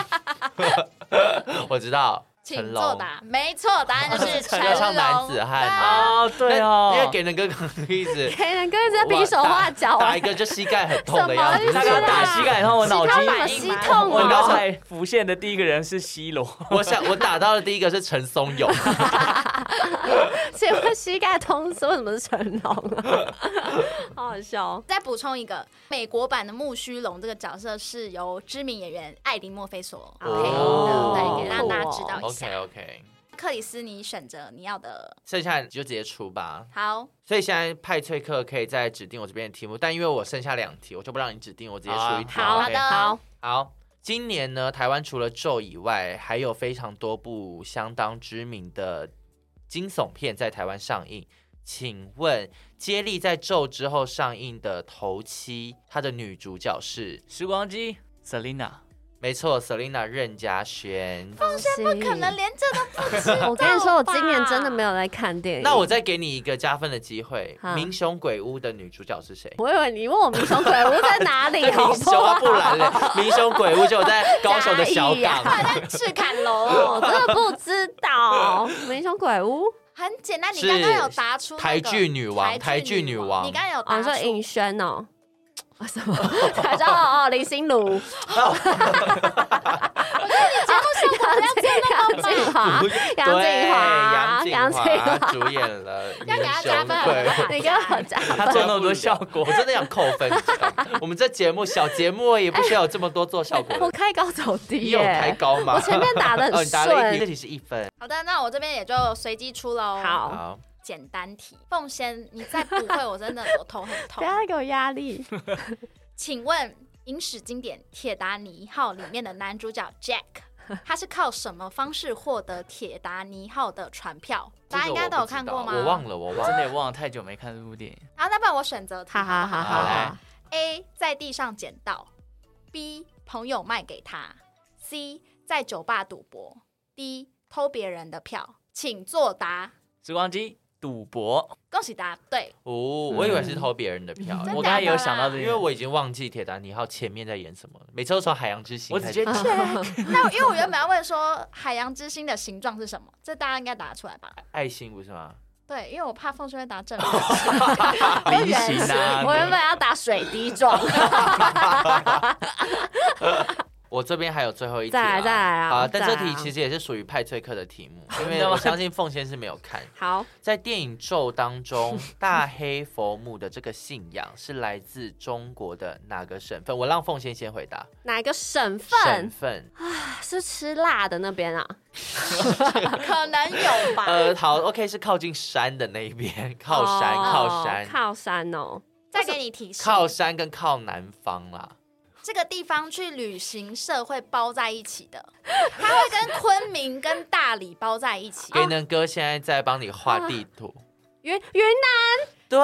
我知道， 请成龙。 作答。没错，答案就是成龙。 要唱男子汉哦，对哦， 因为给人哥一直给人哥在比手画脚啊打一，个就膝盖很痛的样子。 什么意思他刚打膝盖，然后我脑筋他怎么吸痛我刚哦？ 才浮现的第一个人是 C 罗。 我打到的第一个是陈松勇。 请问膝盖痛是为什么是成龙啊？好好笑哦。 再补充一个，美国版的木须龙这个角色是由知名演员艾迪墨菲所配音的， 哦对，给让大家知道一下。 OK， 克里斯，你选择你要的。 剩下你就直接出吧。 好， 所以现在派翠克可以再指定我这边的题目，但因为我剩下2题，我就不让你指定，我直接出一题。 好 OK？ 的好， 好，今年呢，台湾除了咒以外，还有非常多部相当知名的惊悚片在台湾上映。请问，接力在咒之后上映的头七，她的女主角是？ 时光机 Selina。 没错 ，Selina 任嘉萱。 放心， 不可能连这都不知道吧。 我跟你说，我今年真的没有在看电影。 那我再给你一个加分的机会， 好 《民雄鬼屋》的女主角是谁？ 我以为你问我民雄鬼屋在哪里，好不民雄啊， 好？ 不然嘞，《民雄鬼屋》就在高雄的小嘉义啊港。 在赤坎楼我真的不知道民雄鬼屋。 很简单，你刚刚有答出那个台剧女王台剧女王，你刚刚有哦， 答出。 你说尹轩哦？什么？他叫哦林心如。 我觉得你节目效果不要做那么华，杨静华主演了《 要给他加分你给我加分， 他做那么多效果， 我真的想扣分。我们这小节目也不需要有这么多做效果的。 我开高走低你有开高吗？ 我前面打的很你打了顺。 这题是1分。 好的，那我这边也就随机出喽。 好， 简单题，凤仙，你再不会，我真的我头很痛。 不要给我压力。 请问影史经典《铁达尼号》里面的男主角 Jack， 他是靠什么方式获得铁达尼号的船票？大家应该都有看过吗？ 我忘了， 真的也忘了，太久没看这部电影。 好，那不然我选择题。 好。 A 在地上捡到 ，B 朋友卖给他 ，C 在酒吧赌博 ，D 偷别人的票，请作答。 时光机赌博， 恭喜答对。 我以为是偷别人的票， 真的我刚才有想到这个， 因为我已经忘记铁达尼号前面在演什么了，每次都从海洋之心我直接那因为我原本要问说海洋之心的形状是什么，这大家应该答得出来吧？ 爱心不是吗？ 对，因为我怕凤轩会答正。 菱形啊， 我原本要打水滴状。 我这边还有最后一题， 再来啊！ 好，但这题其实也是属于派翠克的题目，因为我相信凤仙是没有看。 好， 在电影咒当中，大黑佛母的这个信仰是来自中国的哪个省份？我让凤仙先回答。 哪个省份？ 省份是吃辣的那边啊？ 可能有吧。 好 ，OK， 是靠近山的那一边，靠山哦。 再给你提示， 靠山跟靠南方啦。 这个地方去旅行社会包在一起的，它会跟昆明跟大理包在一起。 给能哥现在在帮你画地图。 云南。 对，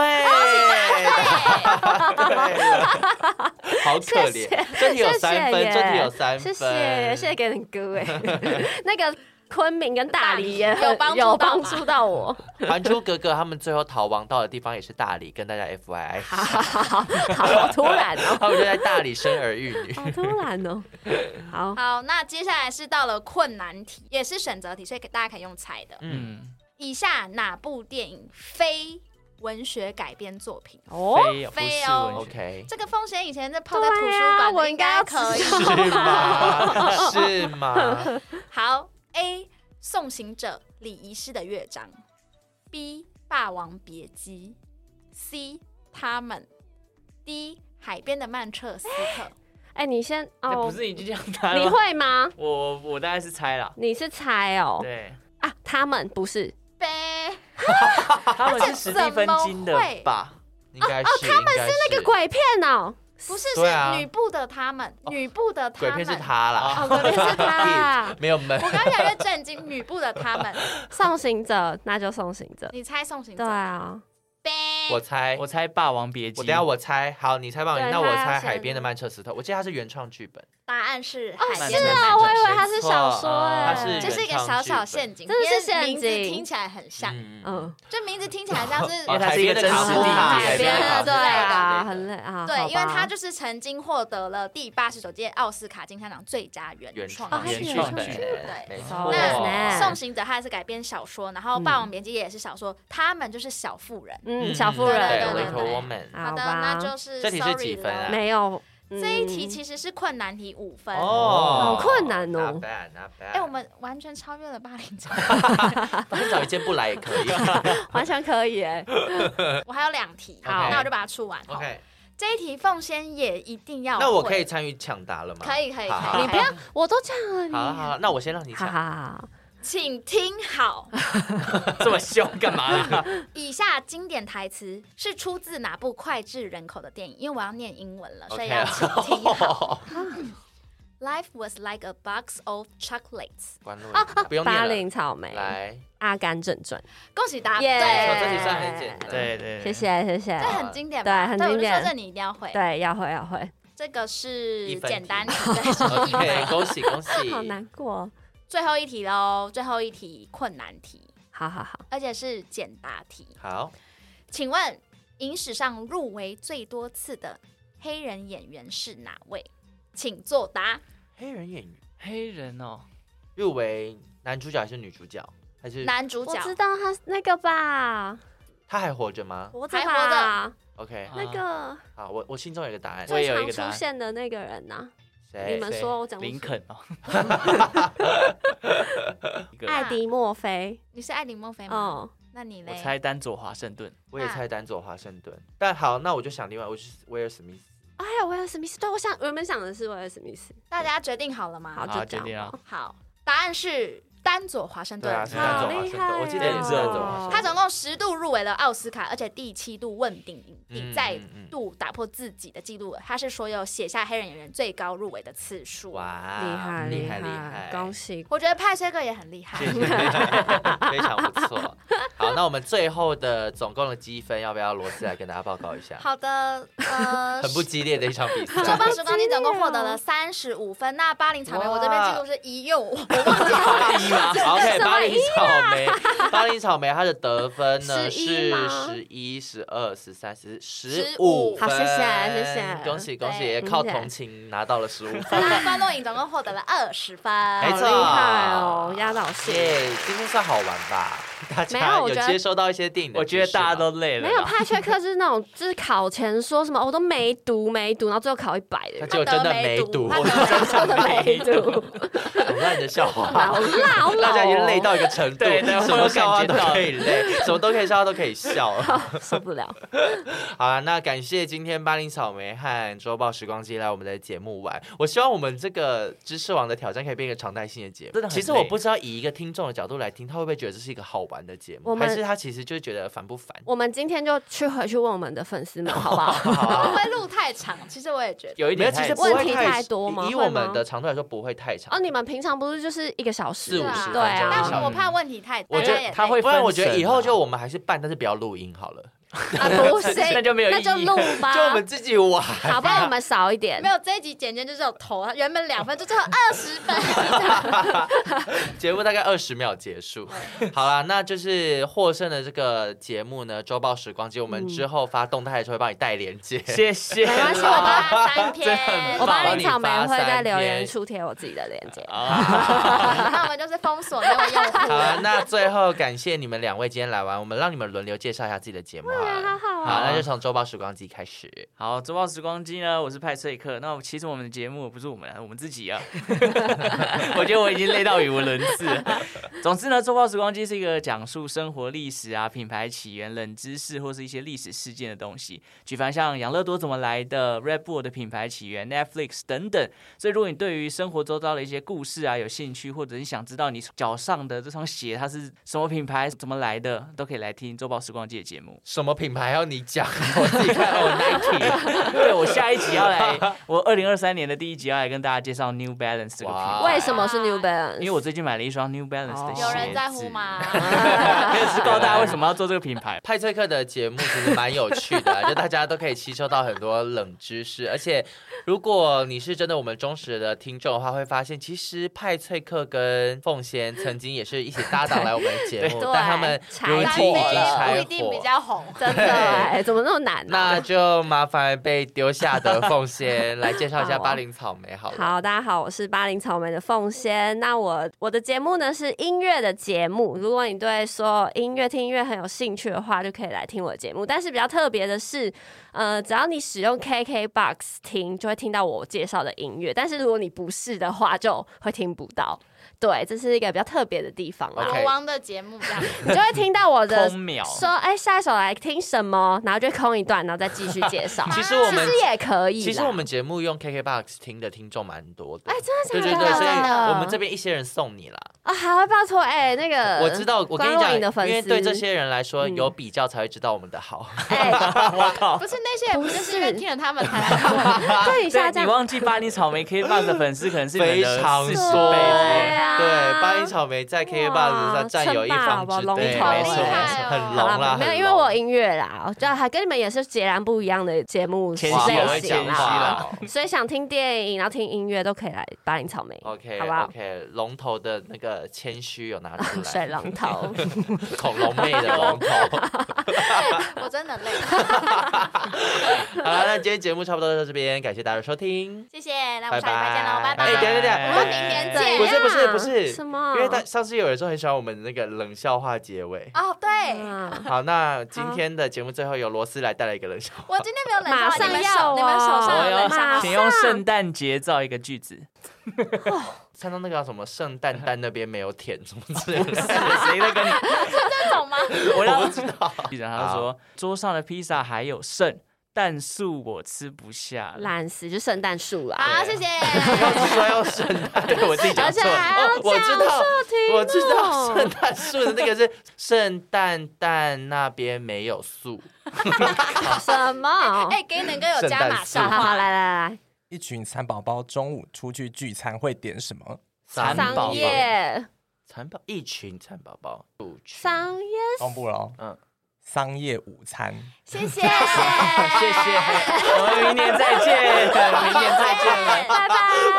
好可怜。这题有3分，这题有3分， 谢谢给能哥哎。那个昆明跟大理也有帮助到我。 还珠格格他们最后逃亡到的地方也是大理，跟大家 FYI。 好突然哦， 他们就在大理生儿育女。 好突然哦。 好，那接下来是到了困难题，也是选择题，所以大家可以用猜的。以下哪部电影非文学改编作品？ 非哦 ，OK。 这个风险以前在泡在图书馆， 我应该可以是吗？ 好 ，A 送行者礼仪师的乐章 ，B 霸王别姬 ，C 他们 ，D 海边的曼彻斯特。 你先不是已经这样答了？ 你会吗？ 我大概是猜啦。 你是猜哦？ 对啊，他们不是。 他们是史蒂芬金的吧？ 应该是。 他们是那个鬼片哦。 不是，是女部的他们，女部的他们。 鬼片是他啦。 鬼片是他。 没有门。 我刚才越震惊，女部的他们。 送行者，那就送行者。 你猜送行者？ 对啊。 我猜霸王别姬。 等下我猜，好，你猜霸王别姬，那我猜海边的曼彻斯特。我记得它是原创剧本。 答案是海边的曼彻斯特。我以为它是小说它是这是一个小陷阱， 真的是陷阱， 名字听起来很像，就名字听起来像是因为它是一个真实地海边的，对啊， 很累啊， 对，因为它就是曾经获得了第89届奥斯卡金像奖最佳原创剧本，对， 没错。 那送行者它是改编小说，然后霸王别姬也是小说，他们就是小妇人， 小妇人。 对。 好的，那就是这题是几分啊？ 没有， 这一题其实是困难题5分好困难哦。 我们完全超越了80角。 很早一件不来也可以， 完全可以哎。 我还有2题，好，那我就把它出完。 OK， 这一题凤仙也一定要。 那我可以参与抢答了吗？ 可以。 你不要，我都讲了。 好，那我先让你抢。 好。 请听好， 这么凶干嘛啦？ 以下经典台词是出自哪部脍炙人口的电影？因为我要念英文了，所以要请听好。Life was like a box of chocolates。 不用念了。 80草莓。 来， 阿甘正传。 恭喜答对， 这题算很简单。 对， 谢谢。 这很经典吧？ 对，很经典。 我就说这你一定要会。 对，要会。 这个是简单题。 OK，恭喜。 好难过。 最后一题喽，最后一题困难题， 好， 而且是简答题。 好， 请问影史上入围最多次的黑人演员是哪位？请作答。 黑人演员， 黑人哦， 入围男主角还是女主角？还是男主角？ 我知道他那个吧？ 他还活着吗？ 还活着。 OK， 那个好，我心中有一个答案， 最常出现的那个人呐。 谁你们说，我讲不出林肯哦， 艾迪墨菲。 你是艾迪墨菲吗？ 哦， 那你嘞？ 我猜丹佐华盛顿。 我也猜丹佐华盛顿。但好，那我就想另外，我是威尔史密斯。 哎呀，威尔史密斯，对我原本想的是威尔史密斯。 大家决定好了吗？ 好，就这决定啊样吧。 好，答案是丹佐华盛顿。 对啊，是丹佐华盛顿。我记得也是丹佐华盛顿。 他总共10度入围了奥斯卡，而且第7度问鼎影帝，再度打破自己的记录。他是所有写下黑人演员最高入围的次数。 哇， 厉害厉害！ 恭喜！ 我觉得派崔克也很厉害， 谢谢，非常不错。好，那我们最后的总共的积分，要不要罗斯来跟大家报告一下？ 好的， 很不激烈的一场比赛。 周报时光机总共获得了35分，那巴林草莓我这边记录是1，因为我忘记了 1吗 ？OK， 巴黎草莓它的得分呢是11、12、13、15分。 好，谢谢， 恭喜恭喜！也靠同情拿到了15分。 那关洛影总共获得了20分， 没错， 厉害哦，压倒性。 今天算好玩吧？大没家有有我觉得接收到一些电影的我觉得大家都累了啦。 没有派崔克就是那种，就是考前说什么我都没读，然后最后考100的他人， 就真的没读， 他得真的没读。 我烂的笑话， 好老大家已经累到一个程度， 对什么笑话都可以累，什么都可以笑话都可以笑。 受不了。 好了，那感谢今天巴黎草莓和周报时光机来我们的节目玩。我希望我们这个知识王的挑战可以变一个常态性的节目。 真的很累其实我不知道以一个听众的角度来听，他会不会觉得这是一个好玩的节目，还是他其实就觉得烦不烦？ 我们今天就回去问我们的粉丝们，好不好？ 会不会录太长？其实我也觉得有一点太其实不问题会太多吗以我们的长度来说，不会太长。 哦，你们平常不是就是1个小时 4、50 对啊， 但我怕问题太多， 我觉得大家也累他会不然我觉得分神啊以后就我们还是办，但是不要录音好了， 不是， 那就没有意义那就录吧， 就我们自己玩。 好，不然我们少一点没。有这一集简直就是有头，原本2分就最后20分。 节目大概20秒结束。好啦，那就是获胜的这个节目呢，周报时光机，我们之后发动态的时候会帮你带连接。 谢谢。 没关系， 我发3篇， 我巴黎草莓帮你发会在留 3 言篇处贴我自己的链接。 那我们就是封锁那位用户。 好啦，那最后感谢你们2位今天来玩，我们让你们轮流介绍一下自己的节目好了。好，那就从周报时光机开始。 好，周报时光机呢，我是派翠克。那其实我们的节目不是我们自己啊。我觉得我已经累到语无伦次了。总之呢，周报时光机是一个讲述生活历史啊、品牌起源、冷知识或是一些历史事件的东西。举凡像养乐多怎么来的、Red Bull 的品牌起源、Netflix 等等。所以如果你对于生活周遭的一些故事啊有兴趣，或者你想知道你脚上的这双鞋它是什么品牌、怎么来的，都可以来听周报时光机的节目。 什么品牌要你讲？我自己看 Nike。对，我下一集要来，我2023年的第1集要来跟大家介绍 New Balance 这个品牌。 为什么是 New Balance？ 因为我最近买了一双 New Balance 的鞋子。 有人在乎吗？ 可以告诉大家为什么要做这个品牌。 派翠克的节目其实蛮有趣的就大家都可以吸收到很多冷知识，而且如果你是真的我们忠实的听众的话，会发现其实派翠克跟凤仙曾经也是一起搭档来我们的节目，但他们如今已经拆不一定比较红， 真的怎么那么难？ 那就麻烦被丢下的凤仙来介绍一下巴黎草莓好了。 好，大家好，我是巴黎草莓的凤仙。那我的节目呢是音乐的节目，如果你对说听音乐很有兴趣的话，就可以来听我的节目。但是比较特别的是，只要你使用 KKBOX 听，就会听到我介绍的音乐。但是如果你不是的话，就会听不到。对，这是一个比较特别的地方啦。 国王的节目这样， 你就会听到我的空秒说，下一首来听什么，然后就空一段，然后再继续介绍。 其实也可以。 其实我们节目用 KKBOX 听的听众蛮多的。 真的假的？ 对，所以我们这边一些人送你啦。 还会拜托那个我知道，我跟你讲， 因为对这些人来说，有比较才会知道我们的好。 我靠， 不是那些人，不是因为听了他们才来看我们。 对， 你忘记巴黎草莓 KKBOX 的粉丝可能是非常多。对，巴黎草莓在 KKBOX 上占有一方之地，没错，很龙啦。 没有，因为我音乐啦，就还跟你们也是截然不一样的节目类型啦。所以想听电影，然后听音乐都可以来巴黎草莓。 OK， 好不好 ？OK， 龙头的那个谦虚有拿出来。 水龙头， 恐龙妹的龙头。 我真的累。 好了，那今天节目差不多就到这边，感谢大家的收听， 谢谢，那我们下礼拜见喽，拜拜。 等， 我们明年见。 不是， 什么？ 因为上次有人说很喜欢我们那个冷笑话结尾。 哦，对。 好，那今天的节目最后由罗斯来带来一个冷笑话。 我今天没有冷笑话， 马上要你们手上有冷笑话， 请用圣诞节造一个句子。 看到那个叫什么圣诞蛋那边没有舔什么之类的， 谁在跟你？ 这种吗？ 我不知道。然后他说桌上的披萨还有剩，但素我吃不下了。 烂死就圣诞树啦。 好，谢谢。 说要圣诞，对我自己讲错了。我知道圣诞树的那个是圣诞蛋那边没有树。 什么？ 给能哥有加码笑话， 来， 一群蚕宝宝中午出去聚餐会点什么？ 蚕宝宝，一群蚕宝宝， 商业公布了商业午餐。 谢谢， 谢谢，我们明年再见，明年再见了， 拜拜。